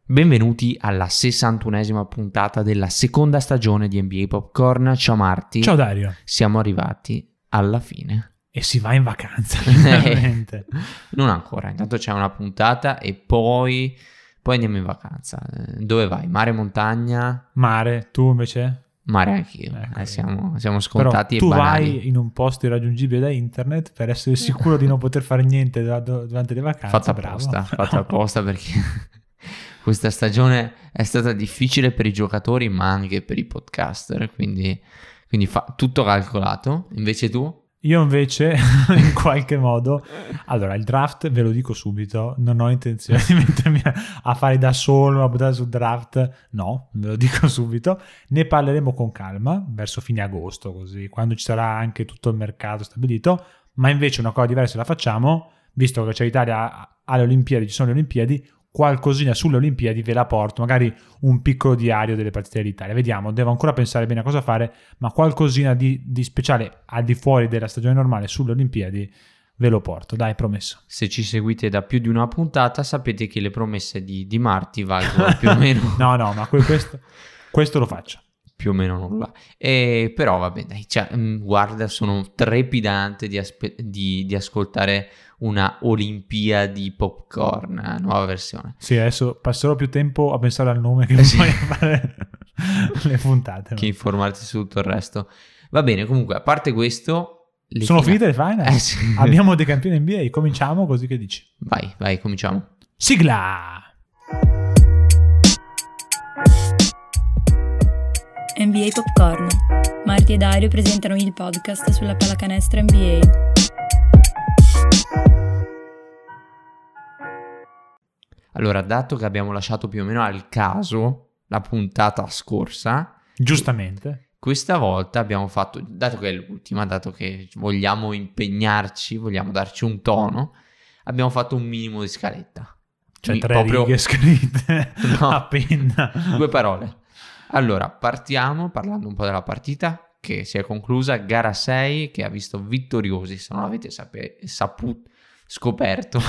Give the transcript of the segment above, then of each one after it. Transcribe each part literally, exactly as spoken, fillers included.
Benvenuti alla sessantunesima puntata della seconda stagione di N B A Popcorn. Ciao Marti. Ciao Dario. Siamo arrivati alla fine. E si va in vacanza, finalmente. Non ancora, intanto c'è una puntata e poi, poi andiamo in vacanza. Dove vai? Mare, montagna? Mare, tu invece? Mare anch'io, ecco, eh, siamo, siamo scontati Però e banali. tu vai in un posto irraggiungibile da internet per essere sicuro di non poter fare niente durante le vacanze. Fatta bravo. apposta, fatta apposta perché questa stagione è stata difficile per i giocatori ma anche per i podcaster, quindi, quindi fa, tutto calcolato. Invece tu? Io invece, in qualche modo, allora il draft, ve lo dico subito, non ho intenzione di mettermi a fare da solo una puntata sul draft, no, ve lo dico subito, ne parleremo con calma, verso fine agosto, così, quando ci sarà anche tutto il mercato stabilito, ma invece una cosa diversa la facciamo, visto che c'è l'Italia alle Olimpiadi, ci sono le Olimpiadi, qualcosina sulle Olimpiadi ve la porto, magari un piccolo diario delle partite dell'Italia. Vediamo, devo ancora pensare bene a cosa fare, ma qualcosina di, di speciale al di fuori della stagione normale sulle Olimpiadi ve lo porto, dai, promesso. Se ci seguite da più di una puntata sapete che le promesse di, di Marti valgono più o meno... no, no, ma questo, questo lo faccio. Più o meno nulla. E, però vabbè, dai, cioè, guarda, sono trepidante di, aspe- di, di ascoltare una Olimpiadi Popcorn, nuova versione. Sì, adesso passerò più tempo a pensare al nome che eh sì. poi a fare le puntate. Che informarti su tutto il resto. Va bene, comunque, a parte questo... Le sono fina- finite le finals? Eh sì. Abbiamo dei campioni N B A, cominciamo così che dici. Vai, vai, cominciamo. Sigla! N B A Popcorn. Marti e Dario presentano il podcast sulla pallacanestro N B A. Allora, dato che abbiamo lasciato più o meno al caso la puntata scorsa, giustamente, questa volta abbiamo fatto, dato che è l'ultima, dato che vogliamo impegnarci, vogliamo darci un tono, abbiamo fatto un minimo di scaletta. Cioè Mi, tre proprio... righe scritte no, a penna. Due parole. Allora, partiamo parlando un po' della partita che si è conclusa, gara sei, che ha visto vittoriosi, se non l'avete sape- saputo, scoperto.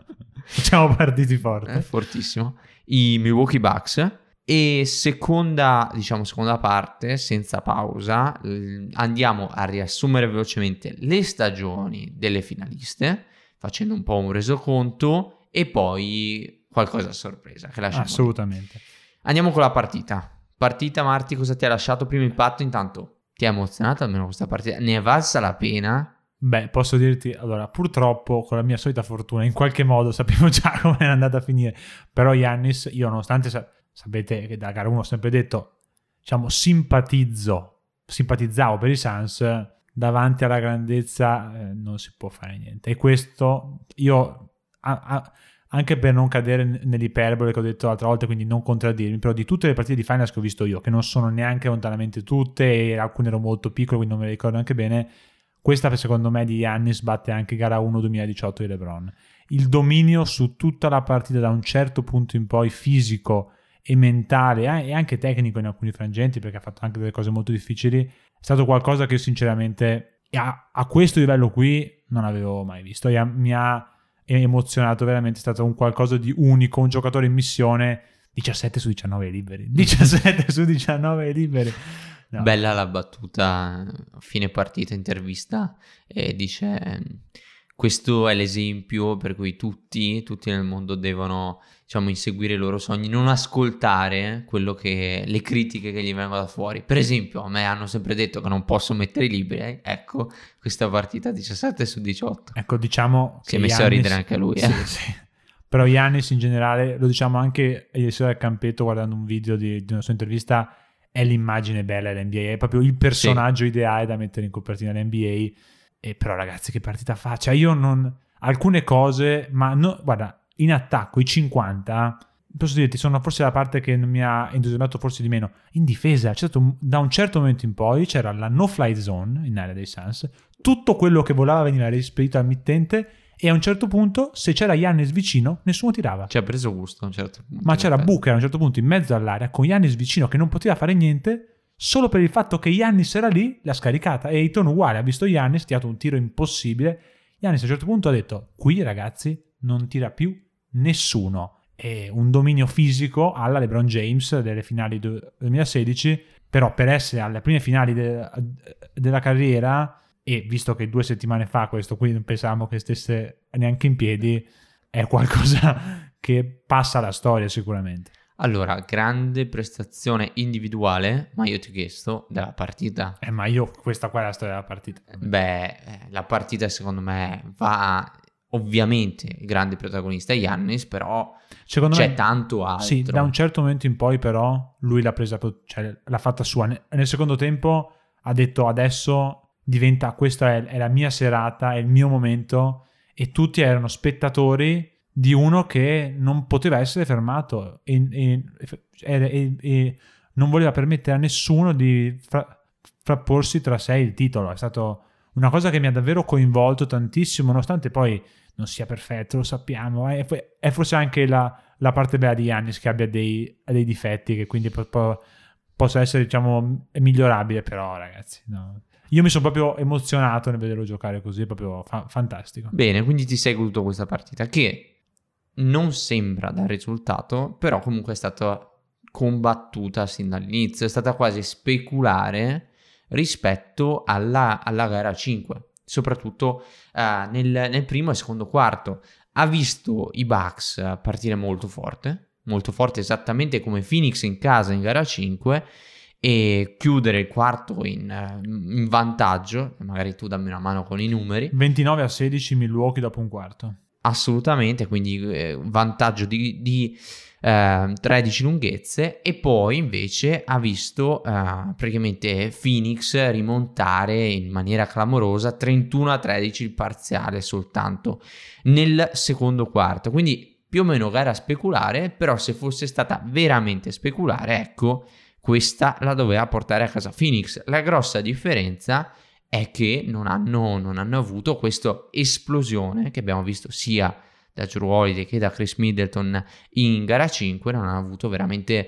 Siamo partiti forte. Eh, fortissimo. I Milwaukee Bucks. E seconda, diciamo, seconda parte, senza pausa, l- andiamo a riassumere velocemente le stagioni delle finaliste, facendo un po' un resoconto e poi qualcosa a sorpresa che lasciamo lì. Assolutamente. Andiamo con la partita. Partita, Marti, cosa ti ha lasciato? Primo impatto, intanto ti ha emozionato almeno questa partita? Ne è valsa la pena? Beh, posso dirti, allora, purtroppo con la mia solita fortuna, in qualche modo sapevo già come era andata a finire, però Giannis, io nonostante, sa- sapete che da gara uno ho sempre detto, diciamo, simpatizzo, simpatizzavo per i Suns, davanti alla grandezza eh, non si può fare niente. E questo, io... A, a, anche per non cadere nell'iperbole che ho detto l'altra volta, quindi non contraddirmi, però di tutte le partite di finals che ho visto io, che non sono neanche lontanamente tutte e alcune ero molto piccole, quindi non me le ricordo neanche bene, questa secondo me di Giannis batte anche gara uno duemiladiciotto di LeBron. Il dominio su tutta la partita da un certo punto in poi, fisico e mentale e anche tecnico in alcuni frangenti, perché ha fatto anche delle cose molto difficili, è stato qualcosa che io sinceramente a, a questo livello qui non avevo mai visto. E mi ha emozionato veramente, è stato un qualcosa di unico, un giocatore in missione, diciassette su diciannove liberi, diciassette su diciannove liberi. No. Bella la battuta a fine partita, intervista, e dice questo è l'esempio per cui tutti, tutti nel mondo devono, diciamo, inseguire i loro sogni, non ascoltare quello che, le critiche che gli vengono da fuori. Per esempio, a me hanno sempre detto che non posso mettere i libri, eh? Ecco, questa partita diciassette su diciotto. Ecco, diciamo si è messo Giannis, a ridere anche lui. Eh? Sì, sì. Però Giannis in generale, lo diciamo anche ieri sera al campetto guardando un video di, di una sua intervista, è l'immagine bella dell'N B A, è proprio il personaggio sì. ideale da mettere in copertina dell'N B A. E però ragazzi, che partita fa? Cioè io non... alcune cose, ma no, guarda, in attacco i cinquanta, posso dirti, sono forse la parte che non mi ha entusiasmato forse di meno. In difesa, c'è stato, da un certo momento in poi c'era la no-fly zone in area dei Suns, tutto quello che volava veniva rispedito al mittente e a un certo punto, se c'era Giannis vicino, nessuno tirava. Ci ha preso gusto a un certo punto. Ma c'era Booker a un certo punto in mezzo all'area con Giannis vicino che non poteva fare niente, solo per il fatto che Giannis era lì, l'ha scaricata. E Ayton uguale, ha visto Giannis, ha tirato un tiro impossibile. Giannis a un certo punto ha detto, qui ragazzi non tira più nessuno. e un dominio fisico alla LeBron James delle finali duemilasedici, però per essere alle prime finali de- della carriera, e visto che due settimane fa questo qui non pensavamo che stesse neanche in piedi, è qualcosa che passa alla storia sicuramente. Allora, grande prestazione individuale, ma io ti ho chiesto della partita. Eh, ma io questa qua è la storia della partita. Beh, la partita secondo me va a, ovviamente il grande protagonista è Giannis, però secondo c'è me, tanto altro. Sì, da un certo momento in poi però lui l'ha presa, cioè l'ha fatta sua. Nel secondo tempo ha detto adesso diventa, questa è, è la mia serata, è il mio momento, e tutti erano spettatori di uno che non poteva essere fermato e, e, e, e non voleva permettere a nessuno di fra, frapporsi tra sé il titolo. È stato una cosa che mi ha davvero coinvolto tantissimo, nonostante poi non sia perfetto, lo sappiamo, è, è forse anche la, la parte bella di Giannis che abbia dei, dei difetti, che quindi po, po, possa essere, diciamo, migliorabile, però ragazzi, no. Io mi sono proprio emozionato nel vederlo giocare così, è proprio fa- fantastico. Bene, quindi ti sei goduto questa partita che non sembra dal risultato, però comunque è stata combattuta sin dall'inizio, è stata quasi speculare rispetto alla, alla gara cinque, soprattutto uh, nel, nel primo e secondo quarto. Ha visto i Bucks partire molto forte, molto forte esattamente come Phoenix in casa in gara cinque, e chiudere il quarto in, in vantaggio. Magari tu dammi una mano con i numeri. ventinove a sedici Milwaukee dopo un quarto. Assolutamente, quindi eh, vantaggio di, di eh, tredici lunghezze, e poi invece ha visto eh, praticamente Phoenix rimontare in maniera clamorosa, trentuno a tredici il parziale soltanto nel secondo quarto, quindi più o meno gara speculare, però se fosse stata veramente speculare, ecco, questa la doveva portare a casa Phoenix. La grossa differenza è che non hanno, non hanno avuto questa esplosione che abbiamo visto sia da Jrue Holiday che da Chris Middleton in gara cinque, non hanno avuto veramente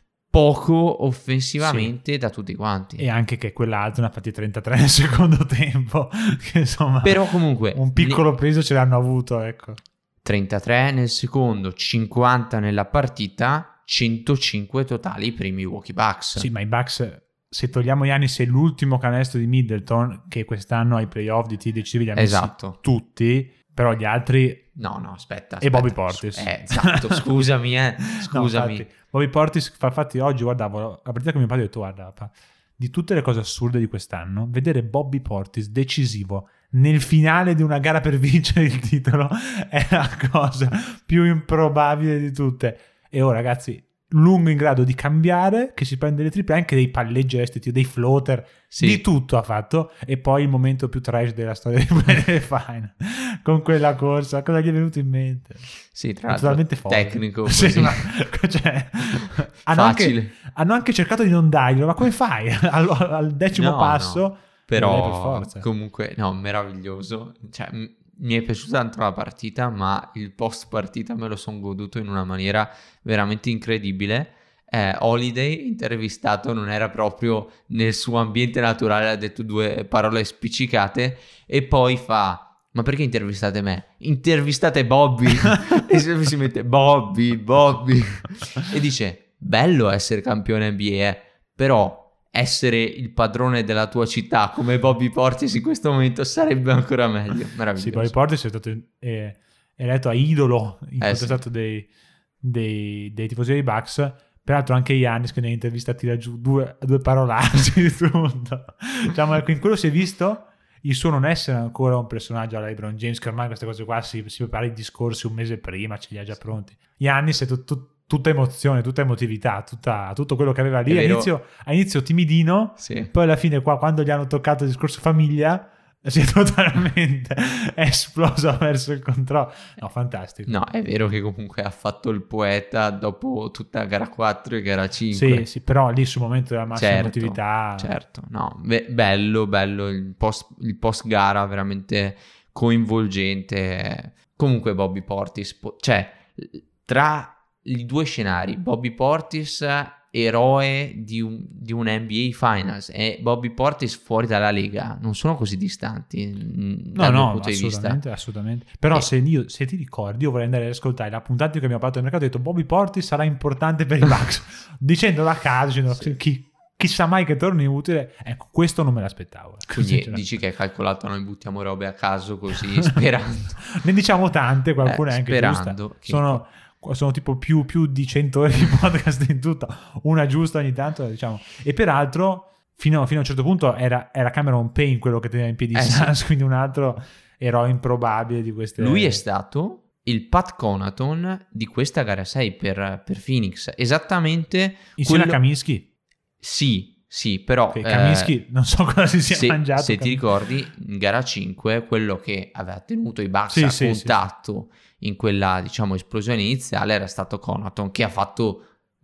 poco offensivamente, sì, da tutti quanti. E anche che quell'altro ne ha fatti trentatré nel secondo tempo, che insomma, però comunque un piccolo ne... peso ce l'hanno avuto, ecco. trentatré nel secondo, cinquanta nella partita, centocinque totali per i Milwaukee Bucks. Sì, ma i Bucks, se togliamo Giannis, è l'ultimo canestro di Middleton, che quest'anno ai playoff di T decisivi li ha messi esatto. tutti, però gli altri... No, no, aspetta. aspetta. E Bobby Portis. Eh, esatto, scusami, eh, scusami. No, infatti, Bobby Portis, fa, infatti oggi guardavo la partita con mio padre e ho detto, guarda, pa, di tutte le cose assurde di quest'anno, vedere Bobby Portis decisivo nel finale di una gara per vincere il titolo è la cosa più improbabile di tutte. E oh ragazzi, lungo in grado di cambiare, che si prende le triple, anche dei palleggi restiti, dei floater, sì, di tutto ha fatto. E poi il momento più trash della storia delle final, con quella corsa, cosa gli è venuto in mente? Sì, tra l'altro totalmente tecnico così. Sì, ma, cioè, hanno, anche, hanno anche cercato di non darglielo, ma come fai al, al decimo no, passo? No. Però comunque no, meraviglioso, cioè m- mi è piaciuta tanto la partita, ma il post partita me lo sono goduto in una maniera veramente incredibile. eh, Holiday, intervistato, non era proprio nel suo ambiente naturale, ha detto due parole spiccicate e poi fa: ma perché intervistate me? Intervistate Bobby. E si mette Bobby, Bobby e dice: bello essere campione N B A, eh, però essere il padrone della tua città come Bobby Portis in questo momento sarebbe ancora meglio. Meraviglioso. Sì, Bobby Portis è stato eh, eletto a idolo in eh, sì. dei, dei, dei tifosi dei Bucks. Peraltro anche Giannis, che ne ha intervistati laggiù, due, due parolacce di tutto. Diciamo, ecco, in quello si è visto il suo non essere ancora un personaggio alla LeBron James, che ormai queste cose qua si, si prepara i discorsi un mese prima, ce li ha già pronti. Giannis è tutto tutta emozione, tutta emotività, tutta, tutto quello che aveva lì. All'inizio, all'inizio timidino, sì. Poi alla fine qua, quando gli hanno toccato il discorso famiglia, si è totalmente esploso verso il controllo. No, fantastico. No, è vero che comunque ha fatto il poeta dopo tutta gara quattro e gara cinque. Sì, sì, però lì sul momento della massima certo, emotività. Certo, no, Be- bello, bello, il post, il post gara veramente coinvolgente. Comunque Bobby Portis, po- cioè, tra i due scenari, Bobby Portis eroe di un, di un N B A Finals e Bobby Portis fuori dalla Lega non sono così distanti mh, no dal mio no punto di assolutamente vista. assolutamente però E- se, io, se ti ricordi io vorrei andare ad ascoltare la puntata che abbiamo fatto nel mercato, ho detto Bobby Portis sarà importante per i Bucks dicendolo a caso, dicendo Sì. chi, chissà mai che torni utile. Ecco, questo non me l'aspettavo, Quindi sinceramente. dici che è calcolato, noi buttiamo robe a caso così sperando. Ne diciamo tante, qualcuna Eh, è anche sperando giusta. che- Sono, sono tipo più, più di cento ore di podcast in tutto, una giusta ogni tanto, diciamo. E peraltro, fino, fino a un certo punto, era, era Cameron Payne quello che teneva in piedi i Eh, sì. Suns, quindi un altro eroe improbabile di queste... Lui è stato il Pat Connaughton di questa gara sei per, per Phoenix, esattamente Insieme quello- a Kaminsky. Sì, sì, però Che eh, Kaminsky non so cosa si sia se, mangiato. se ti Kaminsky. ricordi, in gara cinque, quello che aveva tenuto i Bucks Sì, a sì, sì, contatto in quella, diciamo, esplosione iniziale era stato Connaughton, che ha fatto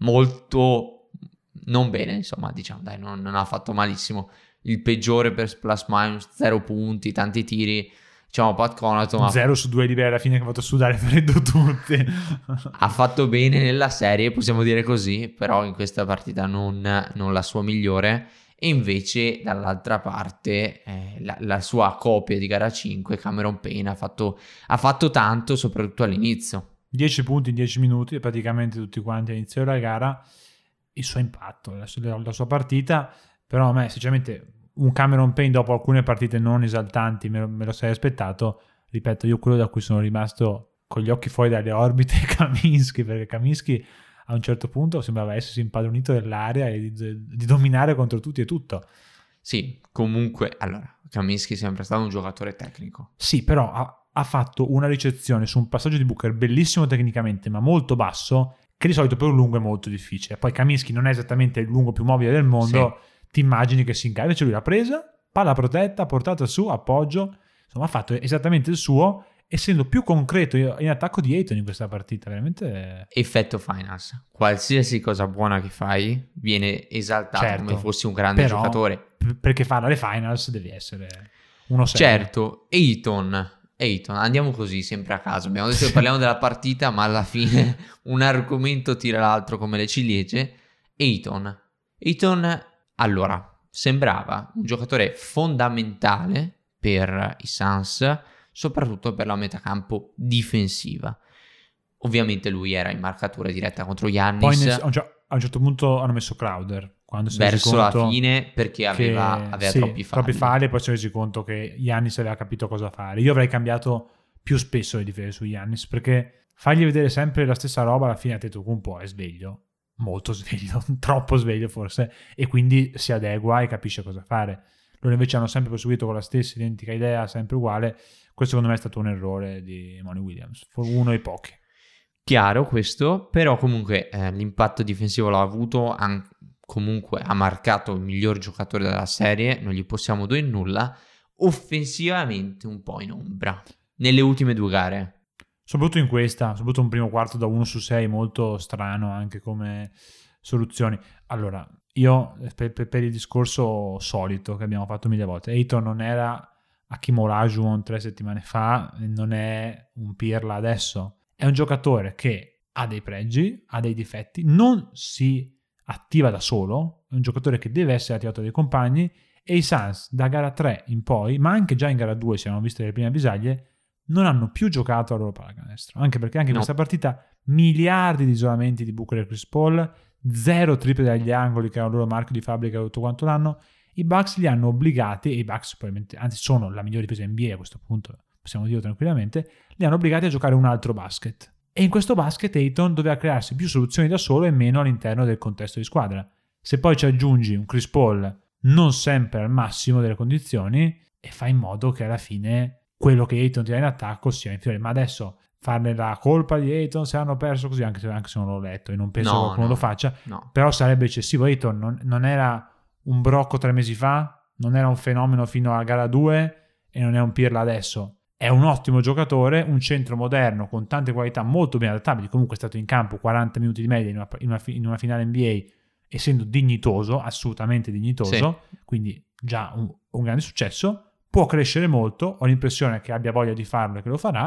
molto non bene, insomma, diciamo, dai, non, non ha fatto malissimo. Il peggiore per plus minus, zero punti, tanti tiri. Diciamo, Pat Connaughton ha, Zero su due liberi alla fine che ha fatto sudare freddo tutti. ha fatto bene nella serie, possiamo dire così, però in questa partita non, non la sua migliore. E invece dall'altra parte eh, la, la sua copia di gara cinque, Cameron Payne, ha fatto, ha fatto tanto, soprattutto all'inizio. dieci punti in dieci minuti, praticamente tutti quanti all'inizio della gara. Il suo impatto, la sua, la sua partita, però a me sinceramente un Cameron Payne dopo alcune partite non esaltanti me lo, me lo sarei aspettato. Ripeto, io quello da cui sono rimasto con gli occhi fuori dalle orbite è Kaminsky, perché Kaminsky a un certo punto sembrava essersi impadronito dell'area e di, di dominare contro tutti e tutto. Sì, comunque, allora, Kaminsky è sempre stato un giocatore tecnico. Sì, però ha, ha fatto una ricezione su un passaggio di Booker bellissimo tecnicamente, ma molto basso, che di solito per un lungo è molto difficile. Poi Kaminsky non è esattamente il lungo più mobile del mondo, ti immagini che si incarica, invece lui l'ha presa, palla protetta, portata su, appoggio, insomma ha fatto esattamente il suo, essendo più concreto in attacco di Ayton in questa partita, veramente... Effetto finals. Qualsiasi cosa buona che fai viene esaltato Certo, come fossi un grande però, giocatore. p- perché farla alle finals devi essere uno serio. Certo, Ayton, Ayton, andiamo così sempre a caso. Abbiamo detto che parliamo della partita, ma alla fine un argomento tira l'altro come le ciliegie. Ayton. Ayton, allora, sembrava un giocatore fondamentale per i Suns, soprattutto per la metacampo difensiva. Ovviamente lui era in marcatura diretta contro Giannis. Poi nel- a un cer- a un certo punto hanno messo Crowder. Quando si è resi verso la conto fine perché aveva, che- aveva sì, troppi falli. troppi falli e poi si è resi conto che Giannis aveva capito cosa fare. Io avrei cambiato più spesso le difese su Giannis, perché fargli vedere sempre la stessa roba alla fine Antetokounmpo è sveglio, molto sveglio, troppo sveglio forse, e quindi si adegua e capisce cosa fare. Loro invece hanno sempre proseguito con la stessa identica idea, sempre uguale. Questo secondo me è stato un errore di Monty Williams, uno dei pochi. Chiaro questo, però comunque eh, l'impatto difensivo l'ha avuto, han- comunque ha marcato il miglior giocatore della serie, non gli possiamo dire nulla. Offensivamente un po' in ombra nelle ultime due gare. Soprattutto in questa, soprattutto un primo quarto da uno su sei molto strano anche come soluzioni. Allora, io per, per- per il discorso solito che abbiamo fatto mille volte, Ayton non era Hakeem Olajuwon tre settimane fa, non è un Pirla adesso. È un giocatore che ha dei pregi, ha dei difetti, non si attiva da solo, è un giocatore che deve essere attivato dai compagni, e i Suns da gara tre in poi, ma anche già in gara due, se abbiamo visto le prime avvisaglie, non hanno più giocato a loro pallacanestro, anche perché anche in No. questa partita miliardi di isolamenti di Booker e Chris Paul, zero triple dagli angoli che era il loro marchio di fabbrica tutto quanto l'anno. I Bucks li hanno obbligati, e i Bucks probabilmente, anzi sono la migliore difesa N B A a questo punto, possiamo dirlo tranquillamente, li hanno obbligati a giocare un altro basket. E in questo basket Ayton doveva crearsi più soluzioni da solo e meno all'interno del contesto di squadra. Se poi ci aggiungi un Chris Paul non sempre al massimo delle condizioni, e fai in modo che alla fine quello che Ayton ti dà in attacco sia inferiore. Ma adesso farne la colpa di Ayton se hanno perso così, anche se, anche se non l'ho letto e non penso No, che qualcuno no, lo faccia, no. però sarebbe eccessivo. Ayton non, non era un brocco tre mesi fa, non era un fenomeno fino alla gara due e non è un Pirla adesso. È un ottimo giocatore, un centro moderno con tante qualità molto ben adattabili, comunque è stato in campo quaranta minuti di media in una, in una, in una finale N B A, essendo dignitoso, assolutamente dignitoso, Sì. quindi già un, un grande successo. Può crescere molto, ho l'impressione che abbia voglia di farlo e che lo farà,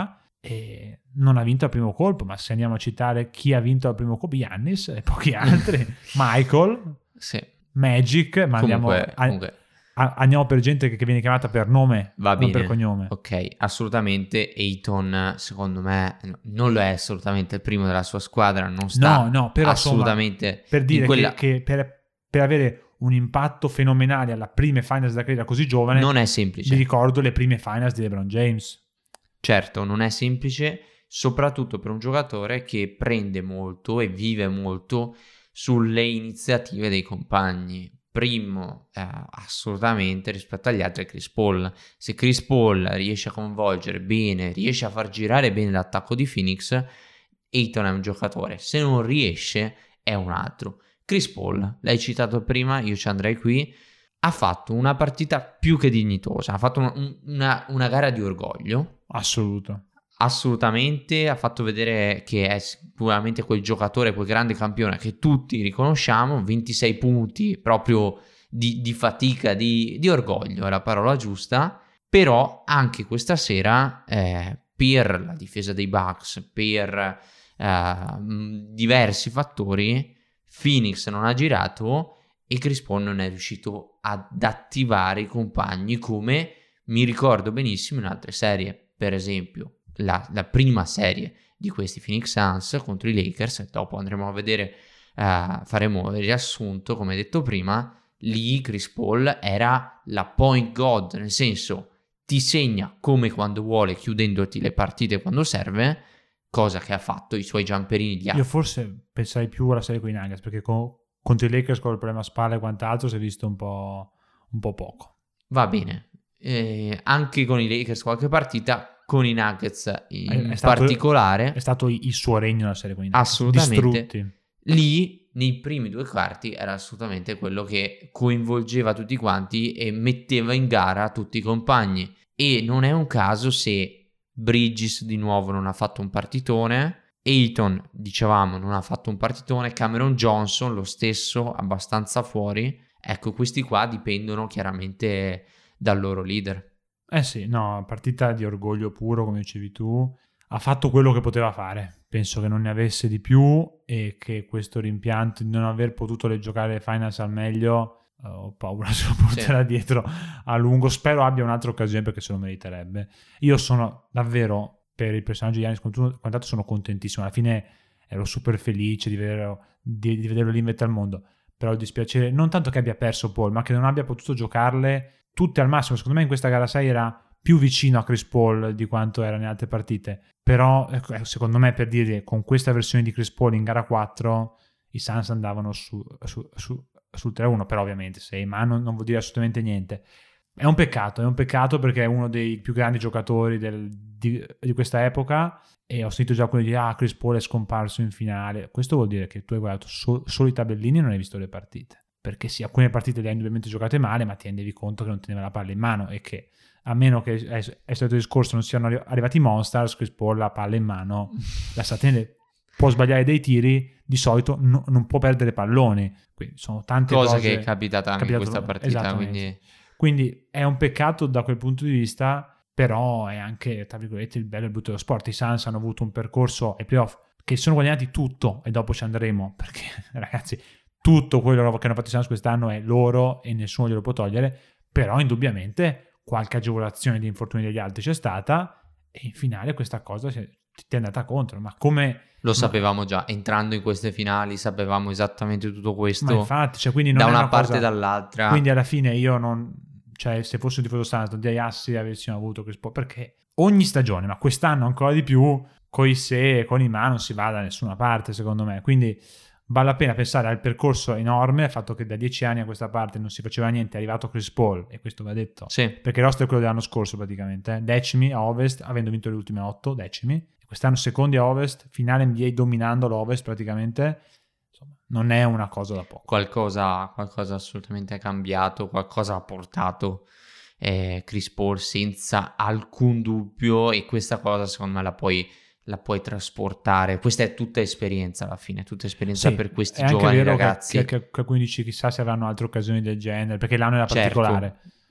e non ha vinto al primo colpo, ma se andiamo a citare chi ha vinto al primo colpo, Giannis e pochi altri, Michael, sì. Magic, ma andiamo, comunque, a, comunque. A, andiamo per gente che, che viene chiamata per nome, Va non bene. per cognome. Ok, assolutamente Ayton secondo me non lo è assolutamente il primo della sua squadra, non sta no, no, però, assolutamente insomma, per dire quella... che, che per, per avere un impatto fenomenale alla prime finals della carriera così giovane non è semplice. Vi ricordo le prime finals di LeBron James. Certo, non è semplice, soprattutto per un giocatore che prende molto e vive molto sulle iniziative dei compagni. Primo, eh, assolutamente, rispetto agli altri è Chris Paul. Se Chris Paul riesce a coinvolgere bene, riesce a far girare bene l'attacco di Phoenix, Ayton è un giocatore. Se non riesce, è un altro. Chris Paul, l'hai citato prima, io ci andrei qui, ha fatto una partita più che dignitosa, ha fatto una, una, una gara di orgoglio. Assoluto. Assolutamente, ha fatto vedere che è sicuramente quel giocatore, quel grande campione che tutti riconosciamo, ventisei punti proprio di, di fatica, di, di orgoglio, è la parola giusta, però anche questa sera eh, per la difesa dei Bucks, per eh, diversi fattori, Phoenix non ha girato e Chris Paul non è riuscito ad attivare i compagni come mi ricordo benissimo in altre serie, per esempio la, la prima serie di questi Phoenix Suns contro i Lakers, e dopo andremo a vedere, uh, faremo il riassunto come detto prima. Lì Chris Paul era la point god, nel senso ti segna come quando vuole, chiudendoti le partite quando serve, cosa che ha fatto, i suoi jumperini li ha. Io forse penserei più alla serie con i Nuggets, perché con, contro i Lakers con il problema a spalle e quant'altro si è visto un po', un po' poco. Va bene, eh, anche con i Lakers qualche partita, con i Nuggets in è stato, particolare. È stato il suo regno nella serie con i Nuggets. Assolutamente. Distrutti. Lì, nei primi due quarti, era assolutamente quello che coinvolgeva tutti quanti e metteva in gara tutti i compagni. E non è un caso se Bridges di nuovo non ha fatto un partitone, Ayton, dicevamo, non ha fatto un partitone, Cameron Johnson lo stesso, abbastanza fuori. Ecco, questi qua dipendono chiaramente dal loro leader. Eh sì, no, partita di orgoglio puro, come dicevi tu. Ha fatto quello che poteva fare. Penso che non ne avesse di più e che questo rimpianto di non aver potuto le giocare le finals al meglio, uh, ho paura se lo porterà sì. dietro a lungo. Spero abbia un'altra occasione perché se lo meriterebbe. Io sono davvero, per il personaggio di Giannis quant'altro, sono contentissimo. Alla fine ero super felice di vederlo, di, di vederlo lì in vetta al mondo. Però il dispiacere, non tanto che abbia perso Paul, ma che non abbia potuto giocarle tutte al massimo. Secondo me in questa gara sei era più vicino a Chris Paul di quanto era nelle altre partite. Però secondo me, per dire, con questa versione di Chris Paul in gara quattro i Suns andavano su, su, su, sul tre a uno, però ovviamente sei ma non, non vuol dire assolutamente niente. È un peccato, è un peccato perché è uno dei più grandi giocatori del, di, di questa epoca, e ho sentito già quelli di ah Chris Paul è scomparso in finale. Questo vuol dire che tu hai guardato so, solo i tabellini e non hai visto le partite, perché sì, alcune partite le hai indubbiamente giocate male, ma ti rendevi conto che non teneva la palla in mano e che, a meno che è il solito discorso non siano arrivati i Monsters, Chris Paul la palla in mano la sa tenere, può sbagliare dei tiri, di solito no, non può perdere palloni, quindi sono tante cosa cose che è capitata anche in questa partita, quindi... quindi è un peccato da quel punto di vista, però è anche, tra virgolette, il bello e il brutto dello sport. I Suns hanno avuto un percorso ai playoff che sono guadagnati tutto, e dopo ci andremo, perché ragazzi tutto quello che hanno fatto i Suns quest'anno è loro e nessuno glielo può togliere, però indubbiamente qualche agevolazione di infortuni degli altri c'è stata, e in finale questa cosa ti è andata contro. Ma come lo sapevamo già, entrando in queste finali sapevamo esattamente tutto questo, ma infatti, cioè, quindi non da è una, una parte e cosa... dall'altra. Quindi alla fine io non, cioè se fossi un tifoso Suns non direi assi avessimo avuto Chris Paul, perché ogni stagione, ma quest'anno ancora di più, con i se e con i ma non si va da nessuna parte secondo me. Quindi vale la pena pensare al percorso enorme, al fatto che da dieci anni a questa parte non si faceva niente, è arrivato Chris Paul, e questo va detto, sì. Perché il roster è quello dell'anno scorso praticamente, eh? decimi a Ovest, avendo vinto le ultime otto, decimi, e quest'anno secondi a Ovest, finale N B A dominando l'Ovest praticamente. Insomma, non è una cosa da poco. Qualcosa, qualcosa assolutamente è cambiato, qualcosa ha portato eh, Chris Paul senza alcun dubbio, e questa cosa secondo me la puoi la puoi trasportare. Questa è tutta esperienza alla fine, tutta esperienza sì, per questi giovani ragazzi. Che, che, che, che quindi dici chissà se avranno altre occasioni del genere, perché l'anno era particolare. Certo,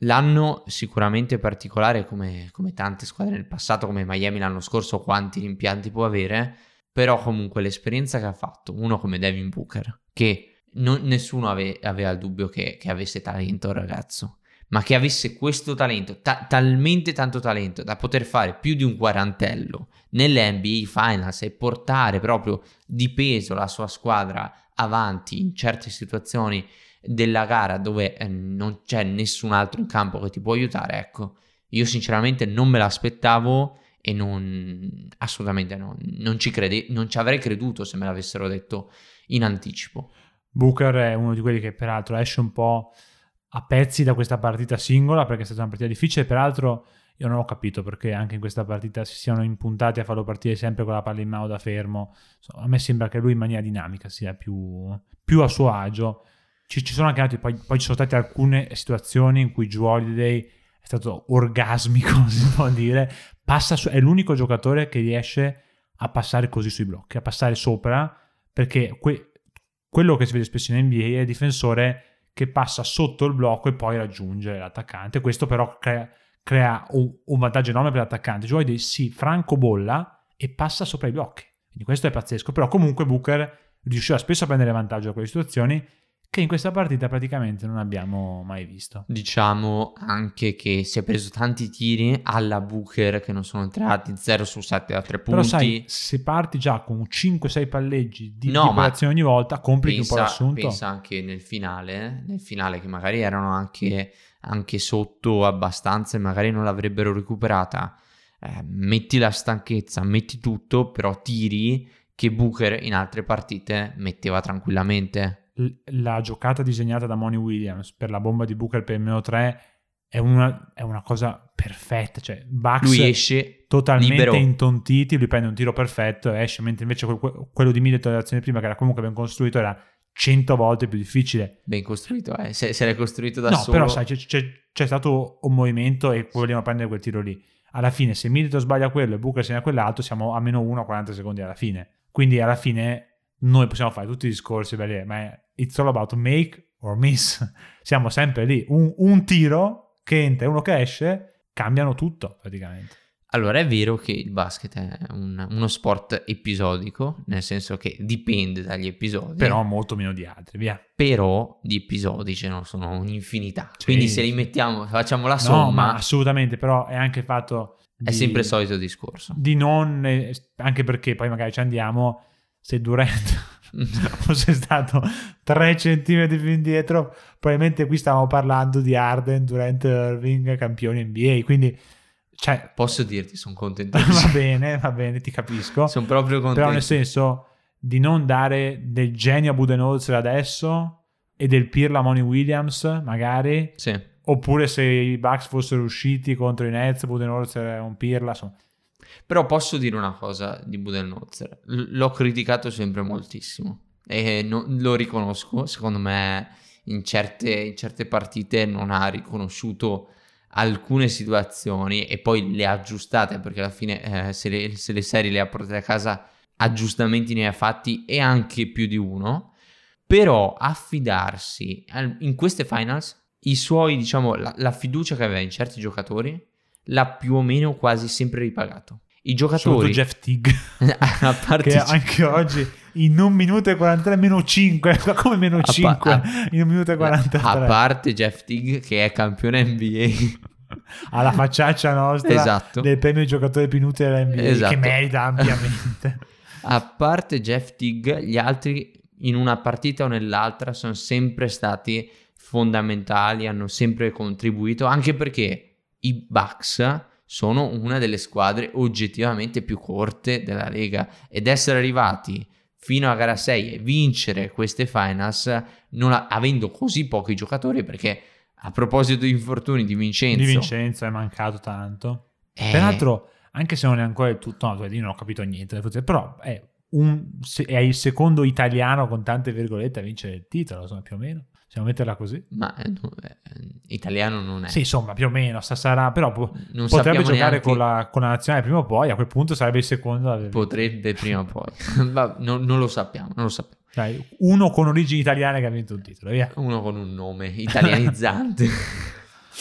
l'anno sicuramente particolare come, come tante squadre nel passato, come Miami l'anno scorso, quanti rimpianti può avere, però comunque l'esperienza che ha fatto uno come Devin Booker, che non, nessuno ave, aveva il dubbio che, che avesse talento il ragazzo, ma che avesse questo talento, ta- talmente tanto talento da poter fare più di un quarantello nelle N B A Finals e portare proprio di peso la sua squadra avanti in certe situazioni della gara dove eh, non c'è nessun altro in campo che ti può aiutare. Ecco, io sinceramente non me l'aspettavo e non assolutamente no, non ci crede, non ci avrei creduto se me l'avessero detto in anticipo. Booker è uno di quelli che peraltro esce un po' a pezzi da questa partita singola, perché è stata una partita difficile. Peraltro io non ho capito perché anche in questa partita si siano impuntati a farlo partire sempre con la palla in mano da fermo. Insomma, a me sembra che lui in maniera dinamica sia più, più a suo agio. Ci, ci sono anche altri, poi, poi ci sono state alcune situazioni in cui Jrue Holiday è stato orgasmico, si può dire. Passa su, è l'unico giocatore che riesce a passare così sui blocchi, a passare sopra, perché que, quello che si vede spesso in N B A è il difensore che passa sotto il blocco e poi raggiunge l'attaccante. Questo però crea, crea un, un vantaggio enorme per l'attaccante. Jrue Holiday si francobolla e passa sopra i blocchi, quindi questo è pazzesco. Però comunque Booker riusciva spesso a prendere vantaggio da quelle situazioni che in questa partita praticamente non abbiamo mai visto. Diciamo anche che si è preso tanti tiri alla Booker che non sono entrati, zero su sette da tre punti. Però sai, se parti già con cinque sei palleggi di no, popolazione ogni volta, complichi pensa, un po' l'assunto. Pensa anche nel finale, nel finale che magari erano anche, anche sotto abbastanza e magari non l'avrebbero recuperata. Eh, metti la stanchezza, metti tutto, però tiri che Booker in altre partite metteva tranquillamente. La giocata disegnata da Monty Williams per la bomba di Booker per il meno tre è una, è una cosa perfetta, cioè Bucks lui esce totalmente libero, intontiti, lui prende un tiro perfetto e esce, mentre invece quel, quello di Middleton l'azione prima, che era comunque ben costruito, era cento volte più difficile. Ben costruito, eh. se, se l'è costruito da no, solo. No, però sai, c'è, c'è, c'è stato un movimento e vogliamo prendere quel tiro lì. Alla fine se Middleton sbaglia quello e Booker segna quell'altro, siamo a meno uno a quaranta secondi alla fine. Quindi alla fine noi possiamo fare tutti i discorsi belli, ma è it's all about make or miss. Siamo sempre lì. Un, un tiro che entra e uno che esce cambiano tutto praticamente. Allora è vero che il basket è un, uno sport episodico, nel senso che dipende dagli episodi. Però molto meno di altri, via. Però di episodi ce ne sono un'infinità. Sì. Quindi se li mettiamo, facciamo la no, somma. Ma assolutamente, però è anche il fatto di, è sempre il solito discorso. Di non, anche perché poi magari ci andiamo, se Durant fosse stato tre centimetri più indietro, probabilmente qui stavamo parlando di Harden, Durant, Irving, campioni N B A, quindi cioè, posso dirti, sono contento. Va bene, va bene, ti capisco. Sono proprio contento. Però nel senso di non dare del genio a Budenholzer adesso e del Pirla a Monty Williams, magari. Sì. Oppure se i Bucks fossero usciti contro i Nets, Budenholzer è un Pirla, insomma. Però posso dire una cosa di Budenholzer, L- l'ho criticato sempre moltissimo e no, lo riconosco, secondo me in certe, in certe partite non ha riconosciuto alcune situazioni e poi le ha aggiustate, perché alla fine eh, se, le, se le serie le ha portate a casa aggiustamenti ne ha fatti e anche più di uno. Però affidarsi in queste finals, i suoi, diciamo, la, la fiducia che aveva in certi giocatori l'ha più o meno quasi sempre ripagato. I giocatori, soprattutto Jeff Teague, a parte che anche oggi in un minuto e quarantatré meno cinque, come meno cinque a pa- in un minuto e quarantatré, a parte Jeff Teague che è campione N B A alla facciaccia nostra, esatto, del premio giocatore più inutile della N B A, esatto, che merita ampiamente. A parte Jeff Teague, gli altri in una partita o nell'altra sono sempre stati fondamentali, hanno sempre contribuito, anche perché i Bucks sono una delle squadre oggettivamente più corte della Lega, ed essere arrivati fino a gara sei e vincere queste finals non ha, avendo così pochi giocatori, perché a proposito di infortuni di Vincenzo di Vincenzo è mancato tanto, eh... peraltro anche se non è ancora il tutto, no, io non ho capito niente, però è, un, è il secondo italiano con tante virgolette a vincere il titolo, insomma, più o meno. Possiamo metterla così? Ma eh, no, eh, italiano non è. Sì, insomma, più o meno, sarà, però non potrebbe giocare neanche... con, la, con la nazionale prima o poi, a quel punto sarebbe il secondo. Potrebbe prima o poi, Ma non, non lo sappiamo, non lo sappiamo. Dai, uno con origini italiane che ha vinto un titolo, via. Uno con un nome italianizzante.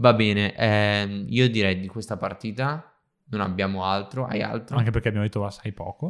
Va bene, ehm, io direi di questa partita non abbiamo altro, hai altro? Anche perché abbiamo detto assai poco.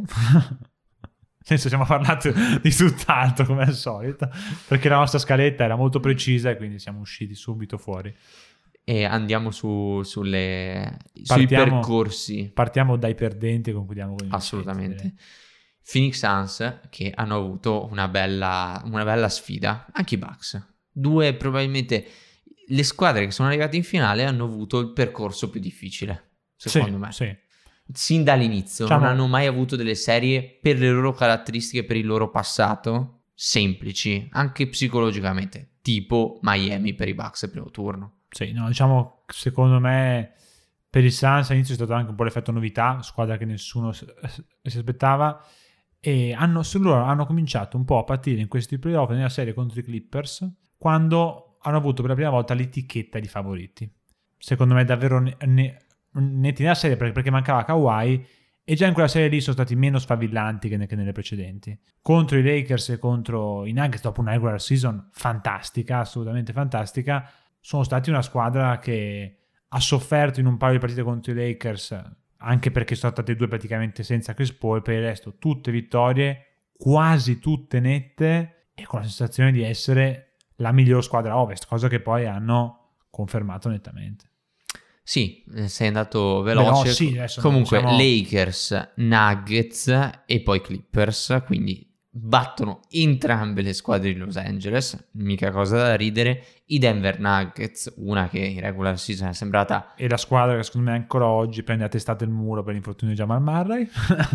Nel senso, siamo parlati di tutt'altro come al solito, perché la nostra scaletta era molto precisa e quindi siamo usciti subito fuori. E andiamo su, sulle, Partiamo, sui percorsi. Partiamo dai perdenti e concludiamo con i Assolutamente. vincenti. Phoenix Suns che hanno avuto una bella, una bella sfida, anche i Bucks. Due probabilmente le squadre che sono arrivate in finale hanno avuto il percorso più difficile, secondo sì, me. Sì. Sin dall'inizio diciamo, non hanno mai avuto delle serie per le loro caratteristiche, per il loro passato, semplici, anche psicologicamente, tipo Miami per i Bucks al primo turno. Sì, no, diciamo, secondo me per il Suns all'inizio è stato anche un po' l'effetto novità, squadra che nessuno si aspettava, e hanno, su loro hanno cominciato un po' a patire in questi playoff nella serie contro i Clippers, quando hanno avuto per la prima volta l'etichetta di favoriti. Secondo me davvero ne, ne, netti nella serie, perché, perché mancava Kawhi, e già in quella serie lì sono stati meno sfavillanti che, ne, che nelle precedenti. Contro i Lakers e contro i Nuggets, dopo una regular season fantastica, assolutamente fantastica, sono stati una squadra che ha sofferto in un paio di partite contro i Lakers, anche perché sono state due praticamente senza Chris Paul, per il resto tutte vittorie, quasi tutte nette, e con la sensazione di essere la miglior squadra ovest, cosa che poi hanno confermato nettamente. Sì, sei andato veloce. Però, sì, comunque siamo... Lakers, Nuggets e poi Clippers, quindi battono entrambe le squadre di Los Angeles, mica cosa da ridere. I Denver Nuggets, una che in regular season è sembrata, e la squadra che secondo me ancora oggi prende a testate il muro per l'infortunio di Jamal Murray,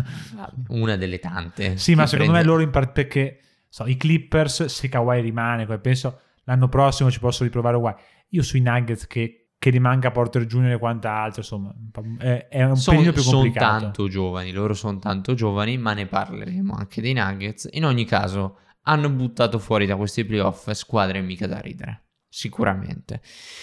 una delle tante. Sì, ma secondo prende... me loro in parte, perché so, i Clippers, se Kawhi rimane, penso l'anno prossimo ci posso riprovare uguale. Io sui Nuggets che che rimanga Porter Junior e quant'altro, insomma, è, è un son, pelino più complicato. Sono tanto giovani, loro sono tanto giovani, ma ne parleremo anche dei Nuggets. In ogni caso, hanno buttato fuori da questi playoff squadre mica da ridere, sicuramente.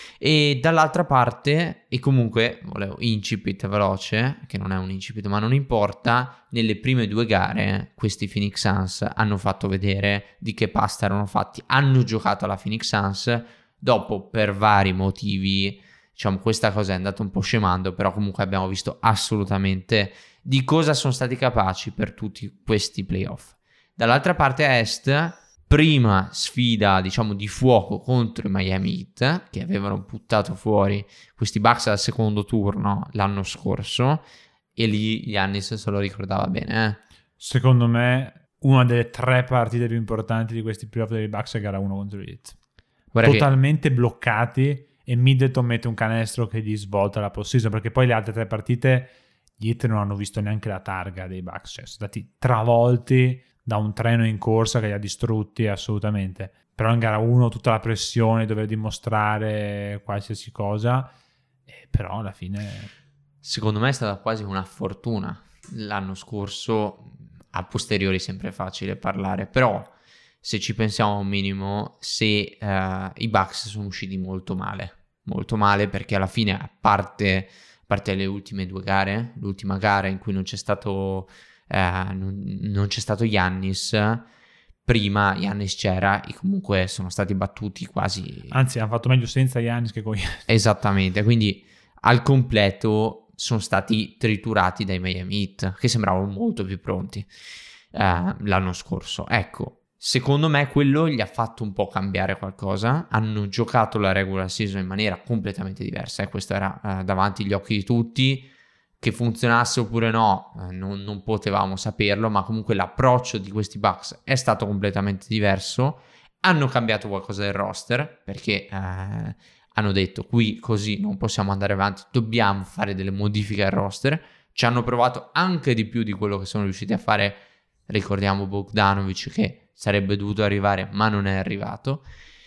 E dall'altra parte, e comunque, volevo incipit veloce, che non è un incipit, ma non importa, nelle prime due gare, questi Phoenix Suns hanno fatto vedere di che pasta erano fatti. Hanno giocato alla Phoenix Suns, dopo per vari motivi, diciamo, questa cosa è andata un po' scemando, però comunque abbiamo visto assolutamente di cosa sono stati capaci per tutti questi playoff. Dall'altra parte a est, prima sfida, diciamo, di fuoco contro i Miami Heat, che avevano buttato fuori questi Bucks al secondo turno l'anno scorso, e lì Giannis se lo ricordava bene. Eh? Secondo me una delle tre partite più importanti di questi playoff dei Bucks è gara uno contro i Heat. Guarda, totalmente che... bloccati, e Middleton mette un canestro che gli svolta la postseason, perché poi le altre tre partite gli Heat non hanno visto neanche la targa dei Bucks, cioè sono stati travolti da un treno in corsa che li ha distrutti assolutamente. Però in gara uno tutta la pressione, dover dimostrare qualsiasi cosa, e però alla fine secondo me è stata quasi una fortuna. L'anno scorso a posteriori sempre parte parlare, però se ci pensiamo un minimo, se uh, i Bucks sono usciti molto male, molto male, perché alla fine, a parte, a parte le ultime due gare, l'ultima gara in cui non c'è stato, uh, non, non c'è stato Giannis, prima Giannis c'era e comunque sono stati battuti quasi... Anzi, hanno fatto meglio senza Giannis che con Giannis. Esattamente, quindi al completo sono stati triturati dai Miami Heat, che sembravano molto più pronti uh, l'anno scorso. Ecco, secondo me quello gli ha fatto un po' cambiare qualcosa. Hanno giocato la regular season in maniera completamente diversa e questo era uh, davanti agli occhi di tutti. Che funzionasse oppure no, uh, non, non potevamo saperlo, ma comunque l'approccio di questi Bucks è stato completamente diverso. Hanno cambiato qualcosa del roster, perché uh, hanno detto qui così non possiamo andare avanti, dobbiamo fare delle modifiche al roster. Ci hanno provato anche di più di quello che sono riusciti a fare. Ricordiamo Bogdanovic che sarebbe dovuto arrivare ma non è arrivato,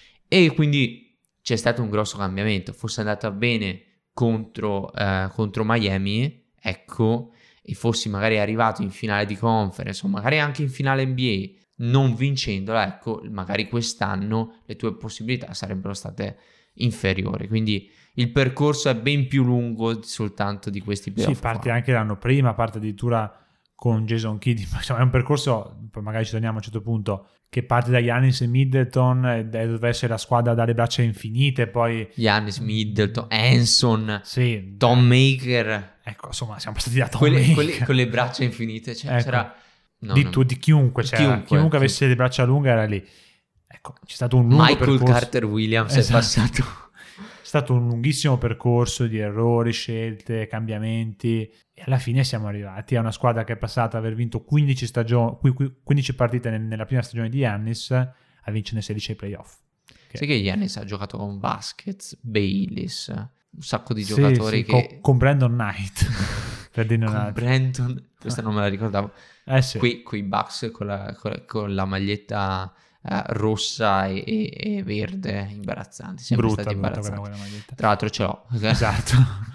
e quindi c'è stato un grosso cambiamento. Fosse andata bene contro, eh, contro Miami, ecco, e fossi magari arrivato in finale di conference o magari anche in finale N B A non vincendola, ecco, magari quest'anno le tue possibilità sarebbero state inferiori. Quindi il percorso è ben più lungo soltanto di questi playoff. Sì, parte anche l'anno prima, parte addirittura con Jason Kidd, insomma è un percorso, poi magari ci torniamo a un certo punto, che parte da Giannis e Middleton e deve essere la squadra dalle braccia infinite, poi Giannis, Middleton, Hanson, sì, Tom Maker, ecco, insomma siamo passati da Tom quelle, Maker quelle, con le braccia infinite, cioè ecco. c'era no, di, no, tu, di chiunque, cioè, chiunque, chiunque avesse le braccia lunghe era lì. Ecco, c'è stato un lungo Michael percorso. Carter Williams Esatto. è passato. È stato un lunghissimo percorso di errori, scelte, cambiamenti e alla fine siamo arrivati a una squadra che è passata a aver vinto quindici, stagioni, quindici partite nella prima stagione di Giannis a vincere sedici ai playoff. Che... Sai che Giannis ha giocato con Vasquez, Baylis, un sacco di sì, giocatori sì, che... con, con Brandon Knight. Per dire con una... Brandon, questa non me la ricordavo. Eh sì. Quei, quei Bucks con la, con, con la maglietta... Uh, rossa e, e, e verde, imbarazzanti, sempre brutta, stati brutta imbarazzanti. quella, quella Tra l'altro ce l'ho. Esatto.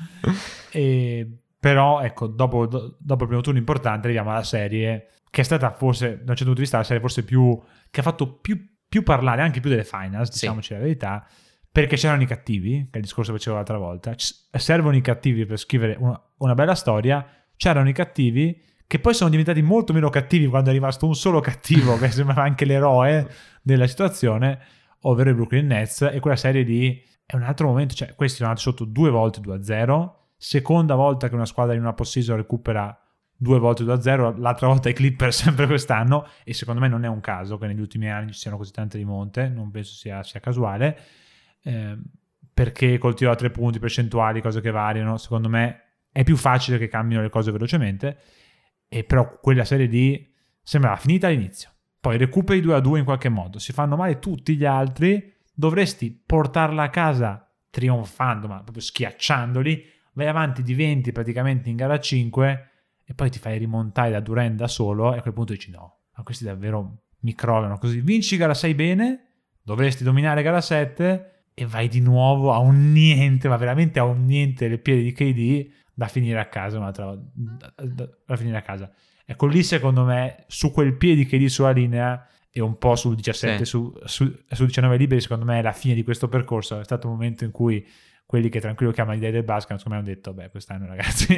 E, però ecco, dopo, do, dopo il primo turno importante arriviamo alla serie che è stata forse, da un certo punto di vista, la serie forse più, che ha fatto più, più parlare, anche più delle finals, sì. diciamoci la verità, perché c'erano i cattivi, che è il discorso che facevo l'altra volta. C- servono i cattivi per scrivere una, una bella storia, c'erano i cattivi che poi sono diventati molto meno cattivi quando è rimasto un solo cattivo che sembrava anche l'eroe della situazione, ovvero i Brooklyn Nets, e quella serie lì è un altro momento, cioè questi sono andati sotto due volte due a zero, seconda volta che una squadra in una post-season recupera due volte due a zero, l'altra volta i Clippers sempre quest'anno, e secondo me non è un caso che negli ultimi anni ci siano così tante rimonte, non penso sia, sia casuale, eh, perché col tiro a tre punti, percentuali, cose che variano, secondo me è più facile che cambino le cose velocemente. E però quella serie lì sembrava finita all'inizio, poi recuperi due a due in qualche modo, si fanno male tutti gli altri, dovresti portarla a casa trionfando, ma proprio schiacciandoli, vai avanti di venti praticamente in gara cinque e poi ti fai rimontare da Durant da solo e a quel punto dici no, ma questi davvero mi crollano così. Vinci gara sei bene, dovresti dominare gara sette e vai di nuovo a un niente, ma veramente a un niente le piedi di K D da finire a casa un'altra volta, da, da, da finire a casa. Ecco lì secondo me su quel piedi che lì sulla linea e un po' sul diciassette, sì. su, su, su diciannove liberi, secondo me è la fine di questo percorso. È stato un momento in cui quelli che tranquillo chiamano gli dei del basket secondo me hanno detto beh quest'anno ragazzi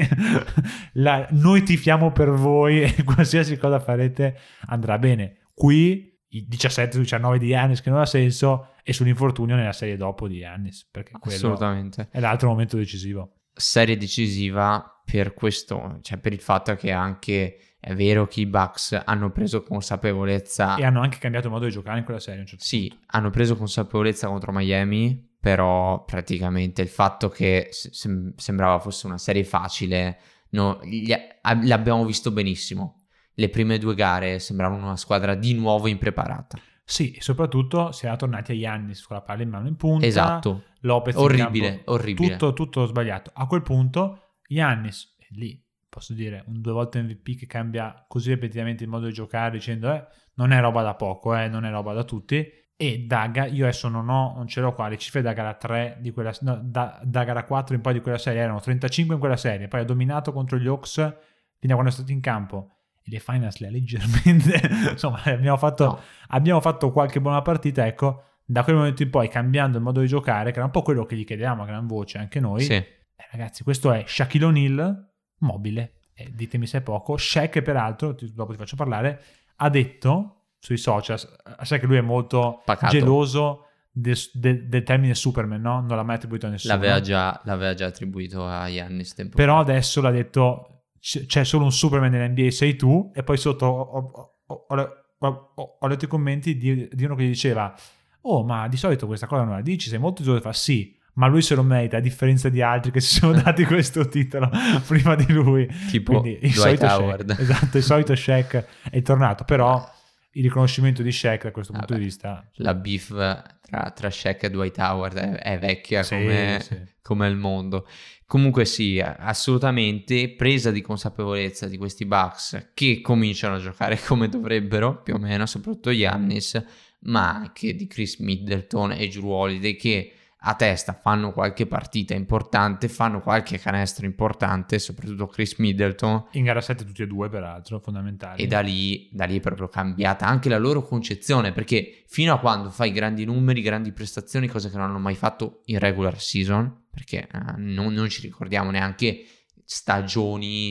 la, noi tifiamo per voi e qualsiasi cosa farete andrà bene. Qui i diciassette diciannove di Giannis che non ha senso, e sull'infortunio nella serie dopo di Giannis, perché quello assolutamente è l'altro momento decisivo. Serie decisiva per questo, cioè per il fatto che anche è vero che i Bucks hanno preso consapevolezza e hanno anche cambiato il modo di giocare in quella serie. Un certo sì, punto. hanno preso consapevolezza contro Miami, però praticamente il fatto che sem- sembrava fosse una serie facile, no, gli, l'abbiamo visto benissimo. Le prime due gare sembravano una squadra di nuovo impreparata. Sì, e soprattutto si era tornati a Giannis con la palla in mano in punta. Esatto. Lopez orribile, in campo, orribile. Tutto, tutto sbagliato. A quel punto Giannis, e lì posso dire un due volte M V P che cambia così ripetutamente il modo di giocare dicendo eh, non è roba da poco, eh, non è roba da tutti. E da, io adesso non ho, non ce l'ho qua, le cifre da gara tre di quella, no, da, da gara quattro in poi di quella serie erano trentacinque in quella serie, poi ha dominato contro gli Hawks fino a quando è stato in campo. E le finals le ha leggermente insomma abbiamo fatto, no. abbiamo fatto qualche buona partita, ecco, da quel momento in poi cambiando il modo di giocare, che era un po' quello che gli chiedevamo a gran voce anche noi, sì. eh, ragazzi questo è Shaquille O'Neal mobile, eh, ditemi se è poco. Shaq peraltro, ti, dopo ti faccio parlare, ha detto sui social, sai che lui è molto Pacato. geloso del, del, del termine Superman, no? Non l'ha mai attribuito a nessuno, l'aveva già, l'aveva già attribuito a Giannis tempo però fa. adesso l'ha detto c'è solo un Superman nell'N B A, sei tu, e poi sotto ho, ho, ho, ho, ho letto i commenti di, di uno che gli diceva oh ma di solito questa cosa non la dici, sei molto giovane, fa sì, ma lui se lo merita a differenza di altri che si sono dati questo titolo prima di lui, tipo quindi il Dwight solito Howard. Shaq, esatto, il solito Shaq è tornato, però il riconoscimento di Shaq da questo punto Vabbè, di vista, la beef tra, tra Shaq e Dwight Howard è, è vecchia sì, come, sì. come il mondo. Comunque sì, assolutamente presa di consapevolezza di questi Bucks che cominciano a giocare come dovrebbero, più o meno, soprattutto Giannis, ma anche di Chris Middleton e Jrue Holiday che a testa fanno qualche partita importante, fanno qualche canestro importante, soprattutto Chris Middleton. In gara sette tutti e due peraltro, fondamentali. E da lì, da lì è proprio cambiata anche la loro concezione, perché fino a quando fai grandi numeri, grandi prestazioni, cose che non hanno mai fatto in regular season, perché eh, non, non ci ricordiamo neanche stagioni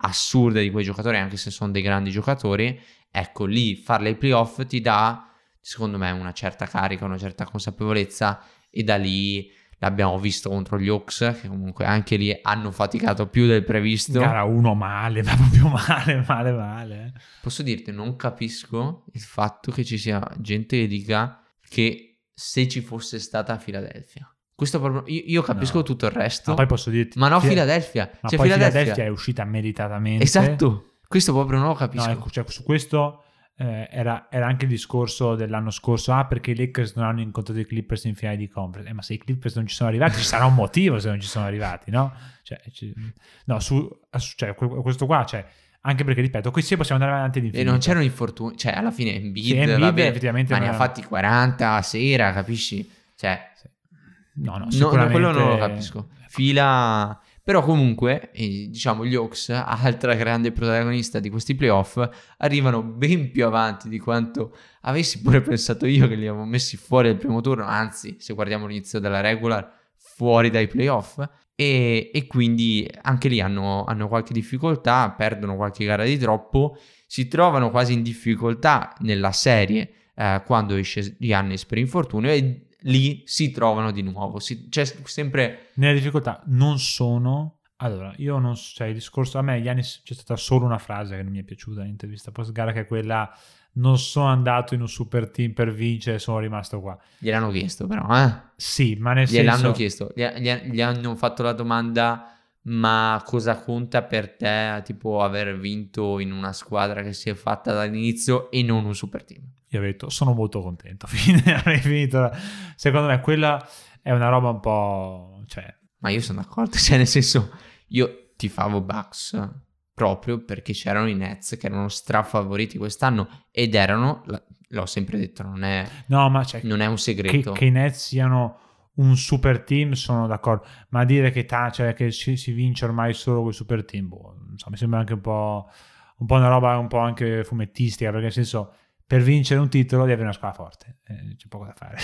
assurde di quei giocatori, anche se sono dei grandi giocatori, ecco lì farle ai playoff ti dà, secondo me, una certa carica, una certa consapevolezza, e da lì l'abbiamo visto contro gli Hawks, che comunque anche lì hanno faticato più del previsto. Gara uno male, ma proprio male, male, male. Posso dirti, non capisco il fatto che ci sia gente che dica che se ci fosse stata Philadelphia. Questo proprio, io, io capisco No. tutto il resto, Ma poi posso dirti, ma no Fia- Philadelphia. Ma Cioè poi Philadelphia, Philadelphia è uscita meritatamente. esatto, questo proprio non lo capisco. No, ecco, cioè, su questo eh, era, era anche il discorso dell'anno scorso, ah perché i Lakers non hanno incontrato i Clippers in finale di conference, eh, ma se i Clippers non ci sono arrivati ci sarà un motivo se non ci sono arrivati, no? Cioè, ci- no, su, su- cioè, que- questo qua, cioè, anche perché ripeto, questi possiamo andare avanti E all'infinito. non c'erano infortuni, cioè alla fine Embiid, Sì, Embiid vabbè, effettivamente ma ne non ha era- fatti quaranta a sera, capisci? Cioè, No, no, no, no, sicuramente... quello non lo capisco. Fila, però comunque, eh, diciamo, gli Hawks, altra grande protagonista di questi playoff, arrivano ben più avanti di quanto avessi pure pensato io, che li avevo messi fuori dal primo turno, anzi, se guardiamo l'inizio della regular, fuori dai playoff, e, e quindi anche lì hanno, hanno qualche difficoltà, perdono qualche gara di troppo, si trovano quasi in difficoltà nella serie eh, quando esce Giannis per infortunio, e lì si trovano di nuovo. Si, c'è sempre... Nelle difficoltà non sono... Allora, io non so, cioè il discorso... A me, Giannis, c'è stata solo una frase che non mi è piaciuta nell'intervista post gara, che è quella: non sono andato in un super team per vincere, sono rimasto qua. Gliel'hanno chiesto però, eh? Sì, ma nel Gliel'hanno senso... chiesto. Gli, gli- gli hanno fatto la domanda: ma cosa conta per te, tipo, aver vinto in una squadra che si è fatta dall'inizio e non un super team? Io ho detto, sono molto contento. Fine, avrei finito. Secondo me quella è una roba un po'... Cioè, Ma io sono d'accordo, cioè nel senso, io tifavo Bucks proprio perché c'erano i Nets che erano strafavoriti quest'anno, ed erano, l- l'ho sempre detto, non è, no, ma cioè, non è un che, segreto. che i Nets siano un super team sono d'accordo, ma dire che, ta, cioè, che si, si vince ormai solo con i super team, boh, non so, mi sembra anche un po', un po' una roba un po' anche fumettistica, perché nel senso, per vincere un titolo devi avere una squadra forte, eh, c'è poco da fare.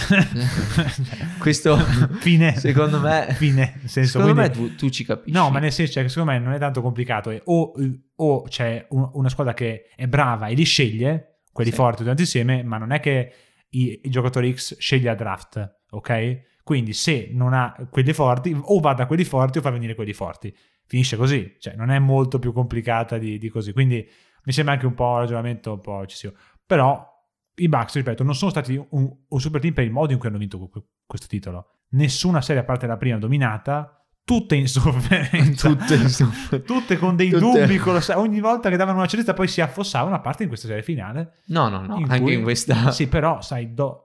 Questo, fine, secondo me, fine, nel senso, secondo quindi- me tu, tu ci capisci. no, ma nel senso, cioè, che secondo me non è tanto complicato. È o, o c'è un- una squadra che è brava e li sceglie, quelli Sì. forti tutti insieme, ma non è che i, i giocatori X sceglie a draft, ok? Quindi se non ha quelli forti, o va da quelli forti o fa venire quelli forti. Finisce così, cioè non è molto più complicata di, di così. Quindi mi sembra anche un po' un ragionamento un po' eccessivo. Però i Bucks, ripeto, non sono stati un, un super team per il modo in cui hanno vinto que- questo titolo. Nessuna serie, a parte la prima, dominata, tutte in sofferenza, Tutte in sofferenza. tutte con dei Tutte- dubbi, con lo- ogni volta che davano una certezza poi si affossavano, a parte in questa serie finale. No, no, no, in anche cui- in questa... Sì, però, sai, do-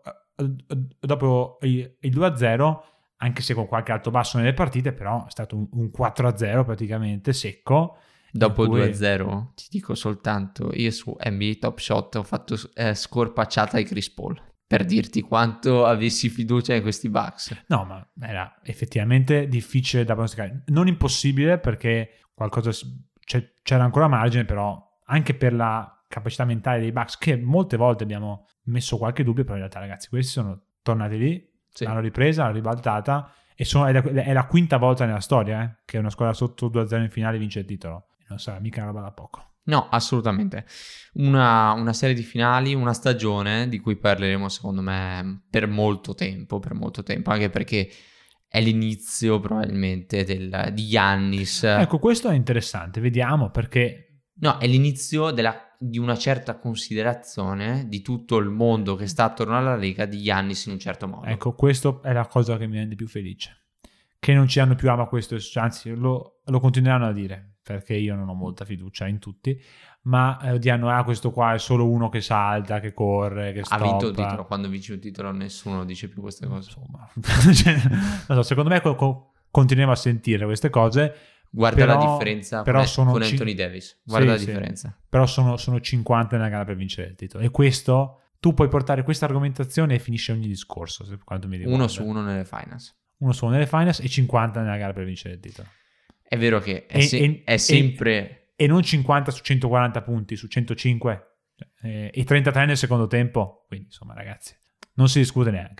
dopo il, il due a zero, anche se con qualche alto basso nelle partite, però è stato un, un quattro a zero praticamente, secco. Dopo in cui- due a zero, ti dico soltanto, io su N B A Top Shot ho fatto eh, scorpacciata ai Chris Paul, per dirti quanto avessi fiducia in questi Bucks. No, ma era effettivamente difficile da pronosticare. Non impossibile, perché qualcosa si- c'è- c'era ancora margine, però anche per la capacità mentale dei Bucks, che molte volte abbiamo messo qualche dubbio, però in realtà, ragazzi, questi sono tornati lì, Sì. l'hanno ripresa, l'hanno ribaltata, e sono- è, la, è la quinta volta nella storia eh, che una squadra sotto due a zero in finale vince il titolo. Non sarà mica una roba da poco. No, assolutamente. Una, una serie di finali, una stagione di cui parleremo secondo me per molto tempo, per molto tempo, anche perché è l'inizio probabilmente del, di Giannis. Ecco, questo è interessante, vediamo, perché No, è l'inizio della- di una certa considerazione di tutto il mondo che sta attorno alla Lega di Giannis in un certo modo. ecco, questo è la cosa che mi rende più felice. Che non ci hanno più ama questo, anzi lo, lo continueranno a dire, perché io non ho molta fiducia in tutti, ma eh, diranno, ah, questo qua è solo uno che salta, che corre, che Ha stoppa. vinto il titolo, quando vinci un titolo nessuno dice più queste cose. Insomma, cioè, non so, secondo me co- co- continueremo a sentire queste cose, Guarda però- la differenza però con, sono con ci- Anthony Davis, guarda Sì, la sì. differenza. però sono, sono cinquanta nella gara per vincere il titolo. E questo, tu puoi portare questa argomentazione e finisce ogni discorso, per quanto mi riguarda. Uno su uno nelle finals. Uno su uno nelle finals e cinquanta nella gara per vincere il titolo. È vero che è, E- se- e- è sempre... E non cinquanta su centoquaranta punti, su centocinque, eh, e trentatré nel secondo tempo. Quindi, insomma, ragazzi, non si discute neanche.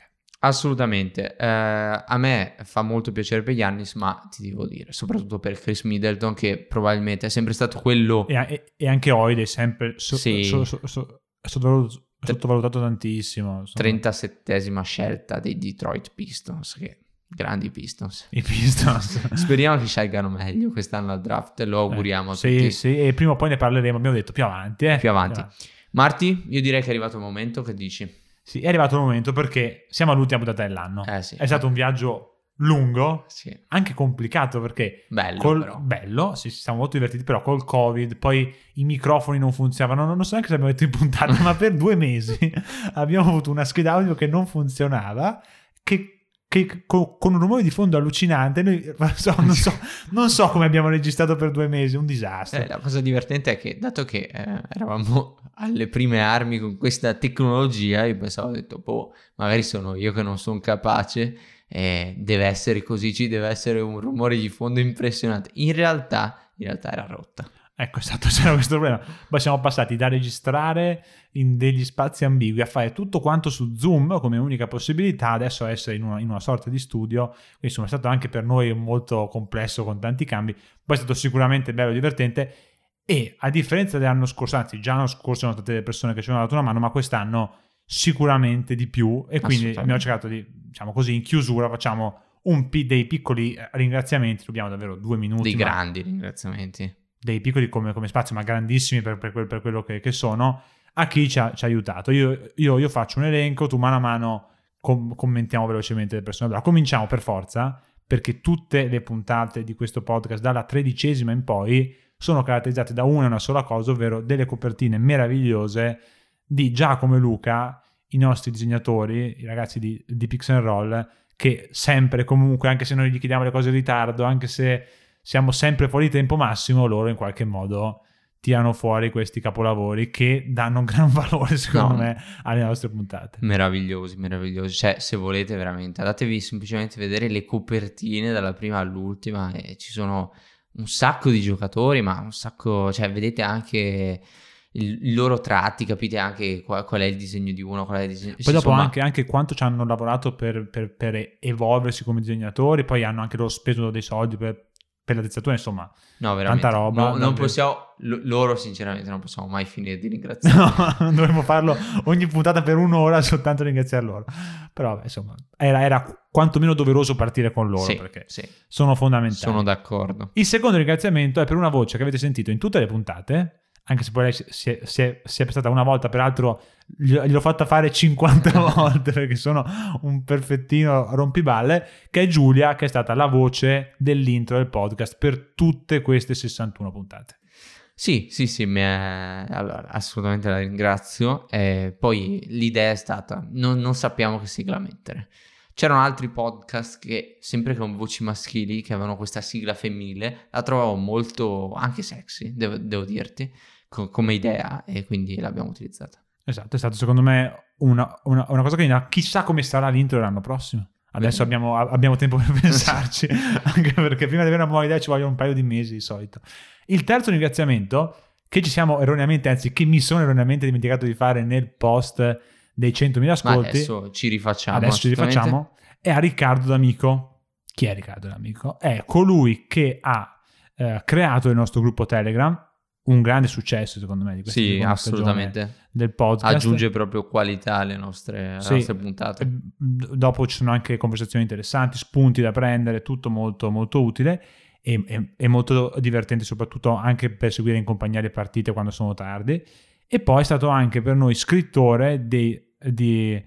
Assolutamente, eh, a me fa molto piacere per Giannis, ma ti devo dire, soprattutto per Chris Middleton, che probabilmente è sempre stato quello... E, e anche Oide è sempre so, sì. so, so, so, sottovalutato, sottovalutato tantissimo. Insomma. trentasettesima scelta dei Detroit Pistons, che grandi Pistons. I Pistons. Speriamo che scelgano meglio quest'anno al draft, lo auguriamo eh, a sì, tutti. Sì, e prima o poi ne parleremo, abbiamo detto più avanti. Eh. Più avanti. Marti, io direi che è arrivato il momento, che dici? Sì, è arrivato il momento perché siamo all'ultima puntata dell'anno. Eh sì. È stato un viaggio lungo, sì. anche complicato perché... Bello col, però. Bello, sì, ci siamo molto divertiti, però col Covid, poi i microfoni non funzionavano, non, non so neanche se abbiamo detto in puntata, ma per due mesi abbiamo avuto una scheda audio che non funzionava, che... Che con, con un rumore di fondo allucinante, noi so, non, so, non so come abbiamo registrato per due mesi, un disastro. Eh, la cosa divertente è che, dato che eh, eravamo alle prime armi con questa tecnologia, io pensavo, ho detto, boh, magari sono io che non sono capace, eh, deve essere così, ci deve essere un rumore di fondo impressionante. In realtà, in realtà era rotta. Ecco, è stato c'era questo problema. Poi siamo passati da registrare in degli spazi ambigui a fare tutto quanto su Zoom come unica possibilità, adesso a essere in una, in una sorta di studio. Quindi insomma è stato anche per noi molto complesso con tanti cambi, poi è stato sicuramente bello e divertente. E a differenza dell'anno scorso, anzi già l'anno scorso erano state delle persone che ci hanno dato una mano, ma quest'anno sicuramente di più, e quindi abbiamo cercato di, diciamo così, in chiusura facciamo un p- dei piccoli ringraziamenti, dobbiamo davvero due minuti. Dei ma... grandi ringraziamenti. Dei piccoli come, come spazio, ma grandissimi per, per, quel, per quello che, che sono, a chi ci ha, ci ha aiutato. Io, io, io faccio un elenco, tu mano a mano com- commentiamo velocemente le persone. Allora, cominciamo per forza, perché tutte le puntate di questo podcast, dalla tredicesima in poi, sono caratterizzate da una e una sola cosa, ovvero delle copertine meravigliose di Giacomo e Luca, i nostri disegnatori, i ragazzi di, di Pix and Roll, che sempre, comunque, anche se noi gli chiediamo le cose in ritardo, anche se siamo sempre fuori tempo massimo, loro in qualche modo tirano fuori questi capolavori che danno un gran valore, secondo no. me, alle nostre puntate. Meravigliosi, meravigliosi. Cioè, se volete veramente, andatevi semplicemente a vedere le copertine dalla prima all'ultima, e ci sono un sacco di giocatori, ma un sacco, cioè vedete anche il, i loro tratti, capite anche qual, qual è il disegno di uno, qual è il disegno... Poi dopo insomma... anche, anche quanto ci hanno lavorato per, per, per evolversi come disegnatori, poi hanno anche loro speso dei soldi per... per la dezzatura, insomma, no, veramente. Tanta roba. No, non possiamo, l- loro sinceramente non possiamo mai finire di ringraziare. No, dovremmo farlo ogni puntata per un'ora soltanto ringraziare loro. Però, insomma, era, era quantomeno doveroso partire con loro, sì, perché sì. sono fondamentali. Sono d'accordo. Il secondo ringraziamento è per una voce che avete sentito in tutte le puntate, anche se poi lei si è, si è, si è prestata una volta, peraltro gliel'ho fatta fare cinquanta volte perché sono un perfettino rompiballe, che è Giulia, che è stata la voce dell'intro del podcast per tutte queste sessantuno puntate. Sì, sì, sì, mi è... allora, assolutamente la ringrazio. E poi l'idea è stata, non, non sappiamo che sigla mettere. C'erano altri podcast che, sempre con voci maschili, che avevano questa sigla femminile, la trovavo molto anche sexy, devo, devo dirti, co- come idea, e quindi l'abbiamo utilizzata. Esatto, è stato secondo me una, una, una cosa carina. Chissà come sarà l'intro l'anno prossimo. Adesso abbiamo, abbiamo tempo per pensarci, anche perché prima di avere una buona idea ci vogliono un paio di mesi di solito. Il terzo ringraziamento, che ci siamo erroneamente, anzi che mi sono erroneamente dimenticato di fare nel post dei centomila ascolti. Ma adesso ci rifacciamo. Adesso ci rifacciamo. È a Riccardo D'Amico. Chi è Riccardo D'Amico? È colui che ha eh, creato il nostro gruppo Telegram, un grande successo secondo me di questa sì, assolutamente del podcast. Aggiunge proprio qualità alle nostre, alle sì, nostre puntate. Dopo ci sono anche conversazioni interessanti, spunti da prendere, tutto molto molto utile e, e, e molto divertente, soprattutto anche per seguire in compagnia le partite quando sono tardi. E poi è stato anche per noi scrittore di, di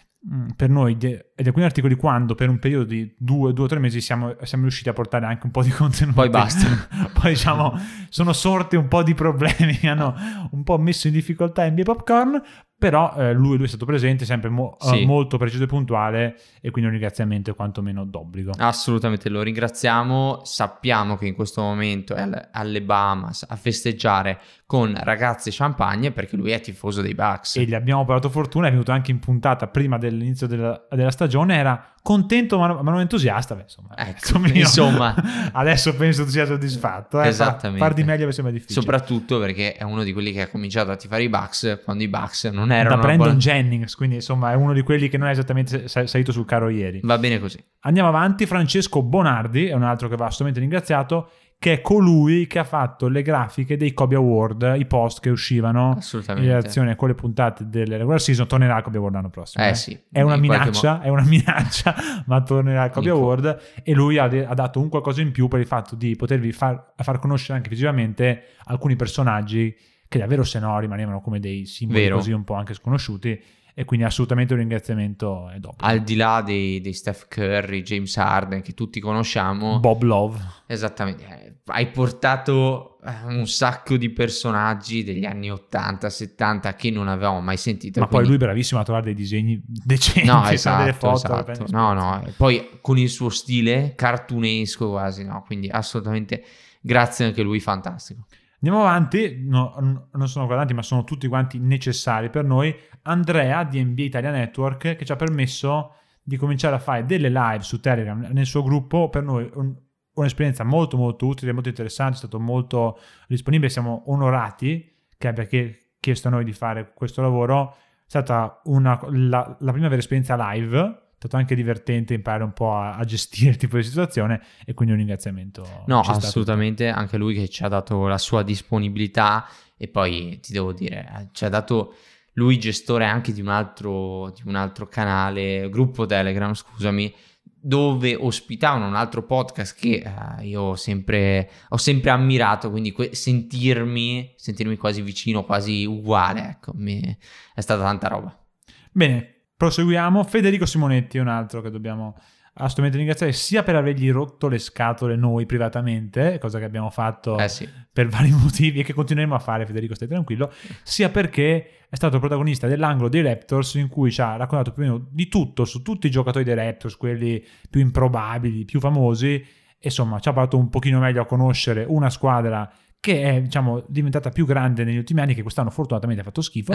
per noi di, di alcuni articoli, quando per un periodo di due, due o tre mesi siamo, siamo riusciti a portare anche un po' di contenuti. Poi basta. Poi diciamo sono sorti un po' di problemi, hanno un po' messo in difficoltà N B A Popcorn, però eh, lui, lui è stato presente, sempre mo- sì. molto preciso e puntuale, e quindi un ringraziamento quantomeno d'obbligo. Assolutamente, lo ringraziamo. Sappiamo che in questo momento è alle Bahamas a festeggiare con ragazze champagne, perché lui è tifoso dei Bucks. E gli abbiamo portato fortuna, è venuto anche in puntata prima dell'inizio della, della stagione, era contento ma, ma non entusiasta, beh, insomma, ecco, insomma adesso penso tu sia soddisfatto, eh? Esattamente. Far, far di meglio mi sembra difficile, soprattutto perché è uno di quelli che ha cominciato a tifare i Bucks quando i Bucks non erano da Brandon buona... Jennings, quindi insomma è uno di quelli che non è esattamente salito sul carro ieri. Va bene così. Andiamo avanti. Francesco Bonardi è un altro che va assolutamente ringraziato, che è colui che ha fatto le grafiche dei Kobe Award, i post che uscivano in relazione con le puntate delle regular season. Tornerà al Kobe Award l'anno prossimo. Eh, eh. sì, è una minaccia, mo- è una minaccia, ma tornerà al Kobe Nico. Award, e lui ha, de- ha dato un qualcosa in più per il fatto di potervi far, far conoscere anche visivamente alcuni personaggi che davvero se no rimanevano come dei simboli Vero. così un po' anche sconosciuti, e quindi assolutamente un ringraziamento è doppio. Al di là dei, dei Steph Curry, James Harden che tutti conosciamo, Bob Love, esattamente, eh, hai portato un sacco di personaggi degli anni ottanta settanta che non avevamo mai sentito, ma quindi... poi lui bravissimo a trovare dei disegni decenti, no, esatto, delle foto, esatto. no no poi con il suo stile cartunesco quasi, no, quindi assolutamente grazie anche lui, fantastico. Andiamo avanti, no, non sono guardanti, ma sono tutti quanti necessari per noi. Andrea di N B A Italia Network, che ci ha permesso di cominciare a fare delle live su Telegram nel suo gruppo. Per noi un, un'esperienza molto molto utile, molto interessante, è stato molto disponibile, siamo onorati che abbia chiesto a noi di fare questo lavoro. È stata una, la, la prima vera esperienza live, è stato anche divertente imparare un po' a, a gestire il tipo di situazione, e quindi un ringraziamento. No, assolutamente, stato. Anche lui che ci ha dato la sua disponibilità, e poi ti devo dire, ci ha dato lui gestore anche di un altro, di un altro canale, gruppo Telegram, scusami, dove ospitavano un altro podcast che eh, io ho sempre, ho sempre ammirato, quindi que- sentirmi, sentirmi quasi vicino, quasi uguale, ecco, mi, è stata tanta roba. Bene. Proseguiamo. Federico Simonetti è un altro che dobbiamo assolutamente ringraziare, sia per avergli rotto le scatole noi privatamente, cosa che abbiamo fatto eh sì. per vari motivi e che continueremo a fare, Federico, stai tranquillo, sia perché è stato protagonista dell'angolo dei Raptors, in cui ci ha raccontato più o meno di tutto su tutti i giocatori dei Raptors, quelli più improbabili, più famosi, e insomma ci ha parlato un pochino meglio a conoscere una squadra che è, diciamo, diventata più grande negli ultimi anni, che quest'anno fortunatamente ha fatto schifo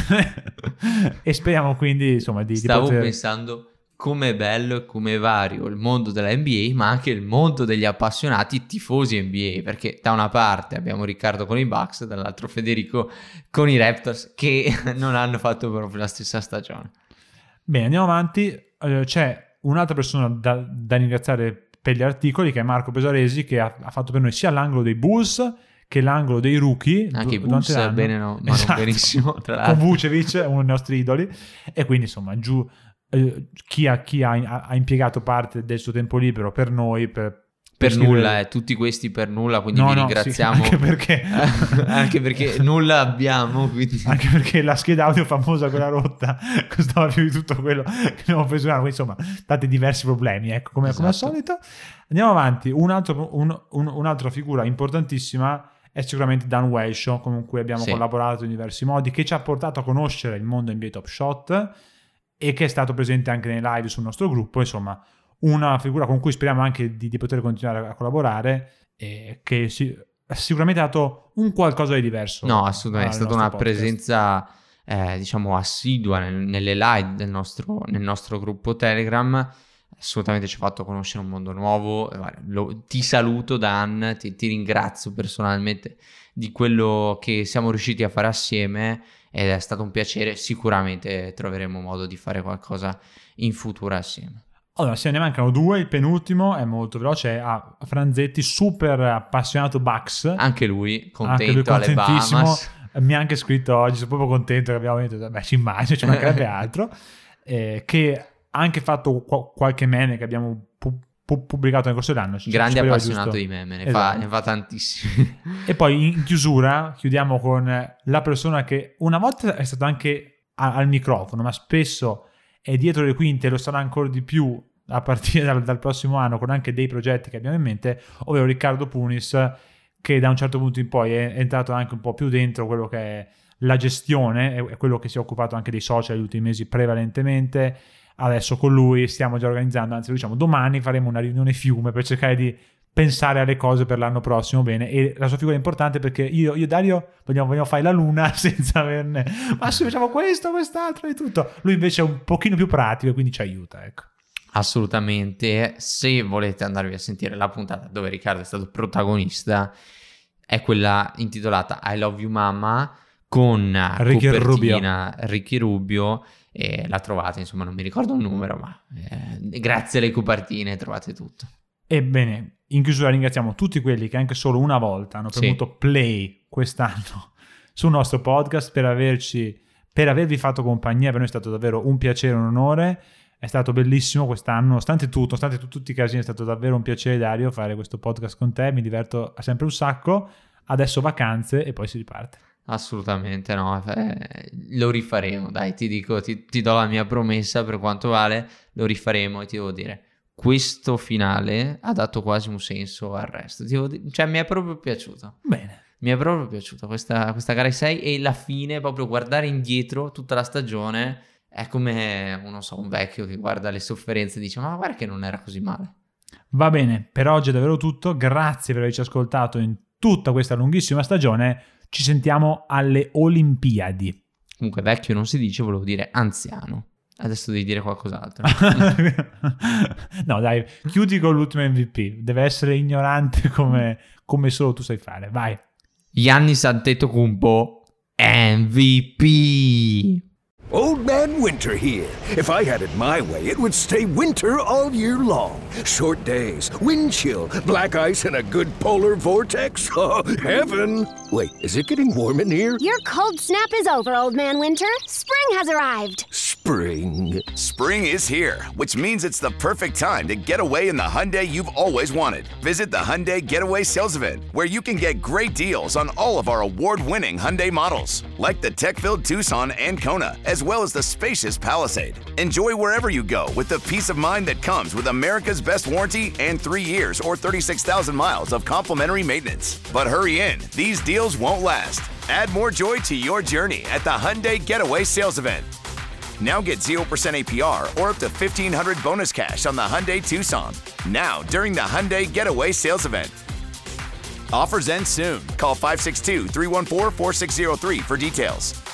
e speriamo quindi, insomma, di, stavo di poter... pensando com'è bello e com'è vario il mondo della N B A, ma anche il mondo degli appassionati tifosi N B A, perché da una parte abbiamo Riccardo con i Bucks, dall'altro Federico con i Raptors, che non hanno fatto proprio la stessa stagione. Bene, andiamo avanti. Uh, c'è un'altra persona da, da ringraziare per gli articoli, che è Marco Pesaresi, che ha, ha fatto per noi sia l'angolo dei Bulls che l'angolo dei rookie. Anche i Bulls bene, no, ma esatto. non benissimo, tra l'altro. Con Vucevic, uno dei nostri idoli, e quindi insomma giù eh, chi, ha, chi ha, ha impiegato parte del suo tempo libero per noi, per per nulla, eh, tutti questi per nulla, quindi no, vi no, ringraziamo. Sì, anche perché anche perché nulla abbiamo, quindi... anche perché la scheda audio famosa, quella rotta, costava più di tutto quello che abbiamo preso, quindi insomma tanti diversi problemi, ecco, come, esatto. come al solito. Andiamo avanti. Un altro, un, un, un'altra figura importantissima è sicuramente Dan Welsh, con cui abbiamo sì. collaborato in diversi modi, che ci ha portato a conoscere il mondo N B A Top Shot e che è stato presente anche nei live sul nostro gruppo. Insomma, una figura con cui speriamo anche di, di poter continuare a collaborare, e che si, sicuramente ha dato un qualcosa di diverso. No, assolutamente, è stata una podcast. presenza eh, diciamo assidua nel, nelle live del nostro, nel nostro gruppo Telegram. Assolutamente ci ha fatto conoscere un mondo nuovo. Lo, ti saluto Dan, ti, ti ringrazio personalmente di quello che siamo riusciti a fare assieme, ed è stato un piacere. Sicuramente troveremo modo di fare qualcosa in futuro assieme. Allora, se ne mancano due, il penultimo è molto veloce, è a Franzetti, super appassionato Bucks. Anche lui, contento, anche lui alle Bahamas. Mi ha anche scritto oggi, sono proprio contento che abbiamo detto, beh, ci immagino, ci mancherebbe altro, eh, che ha anche fatto qu- qualche meme che abbiamo pu- pu- pubblicato nel corso dell'anno. Ci, Grande ci appassionato di meme, ne, esatto. fa, ne fa tantissimi. E poi in chiusura chiudiamo con la persona che una volta è stato anche a- al microfono, ma spesso è dietro le quinte, lo sarà ancora di più a partire dal, dal prossimo anno, con anche dei progetti che abbiamo in mente, ovvero Riccardo Punis, che da un certo punto in poi è entrato anche un po' più dentro quello che è la gestione, è quello che si è occupato anche dei social negli ultimi mesi prevalentemente. Adesso con lui stiamo già organizzando, anzi diciamo domani faremo una riunione fiume per cercare di pensare alle cose per l'anno prossimo bene, e la sua figura è importante perché io e Dario vogliamo, vogliamo fare la luna senza averne, ma se facciamo questo, quest'altro e tutto, lui invece è un pochino più pratico e quindi ci aiuta, ecco. Assolutamente. Se volete andarvi a sentire la puntata dove Riccardo è stato protagonista, è quella intitolata I Love You Mama, con Ricky copertina Ricky Rubio, e la trovate, insomma non mi ricordo il numero, ma eh, grazie alle copertine trovate tutto. Ebbene, in chiusura ringraziamo tutti quelli che anche solo una volta hanno premuto Sì. play quest'anno sul nostro podcast per averci per avervi fatto compagnia. Per noi è stato davvero un piacere, un onore, è stato bellissimo quest'anno, nonostante tutto, nonostante tu, tutti i casini, è stato davvero un piacere, Dario, fare questo podcast con te, mi diverto sempre un sacco. Adesso vacanze e poi si riparte. Assolutamente no, eh, lo rifaremo, dai, ti dico, ti, ti do la mia promessa, per quanto vale, lo rifaremo. E ti devo dire, questo finale ha dato quasi un senso al resto, ti devo dire, cioè mi è proprio piaciuto. Bene. Mi è proprio piaciuta questa, questa gara sei, e la fine, proprio guardare indietro tutta la stagione, è come, non so, un vecchio che guarda le sofferenze e dice ma guarda che non era così male. Va bene, per oggi è davvero tutto, grazie per averci ascoltato in tutta questa lunghissima stagione, ci sentiamo alle Olimpiadi. Comunque vecchio non si dice, volevo dire anziano. Adesso devi dire qualcos'altro. No dai, chiudi con l'ultimo M V P, deve essere ignorante come, come solo tu sai fare, vai. Giannis Antetokounmpo M V P. Old Man Winter here. If I had it my way, it would stay winter all year long. Short days, wind chill, black ice, and a good polar vortex. Oh, heaven! Wait, is it getting warm in here? Your cold snap is over, Old Man Winter. Spring has arrived. Spring. Spring is here, which means it's the perfect time to get away in the Hyundai you've always wanted. Visit the Hyundai Getaway Sales Event, where you can get great deals on all of our award-winning Hyundai models, like the tech-filled Tucson and Kona, as well as the spacious Palisade. Enjoy wherever you go with the peace of mind that comes with America's best warranty and three years or thirty-six thousand miles of complimentary maintenance. But hurry in, these deals won't last. Add more joy to your journey at the Hyundai Getaway Sales Event. Now get zero percent A P R or up to fifteen hundred dollars bonus cash on the Hyundai Tucson. Now, during the Hyundai Getaway Sales Event. Offers end soon. Call five six two, three one four, four six zero three for details.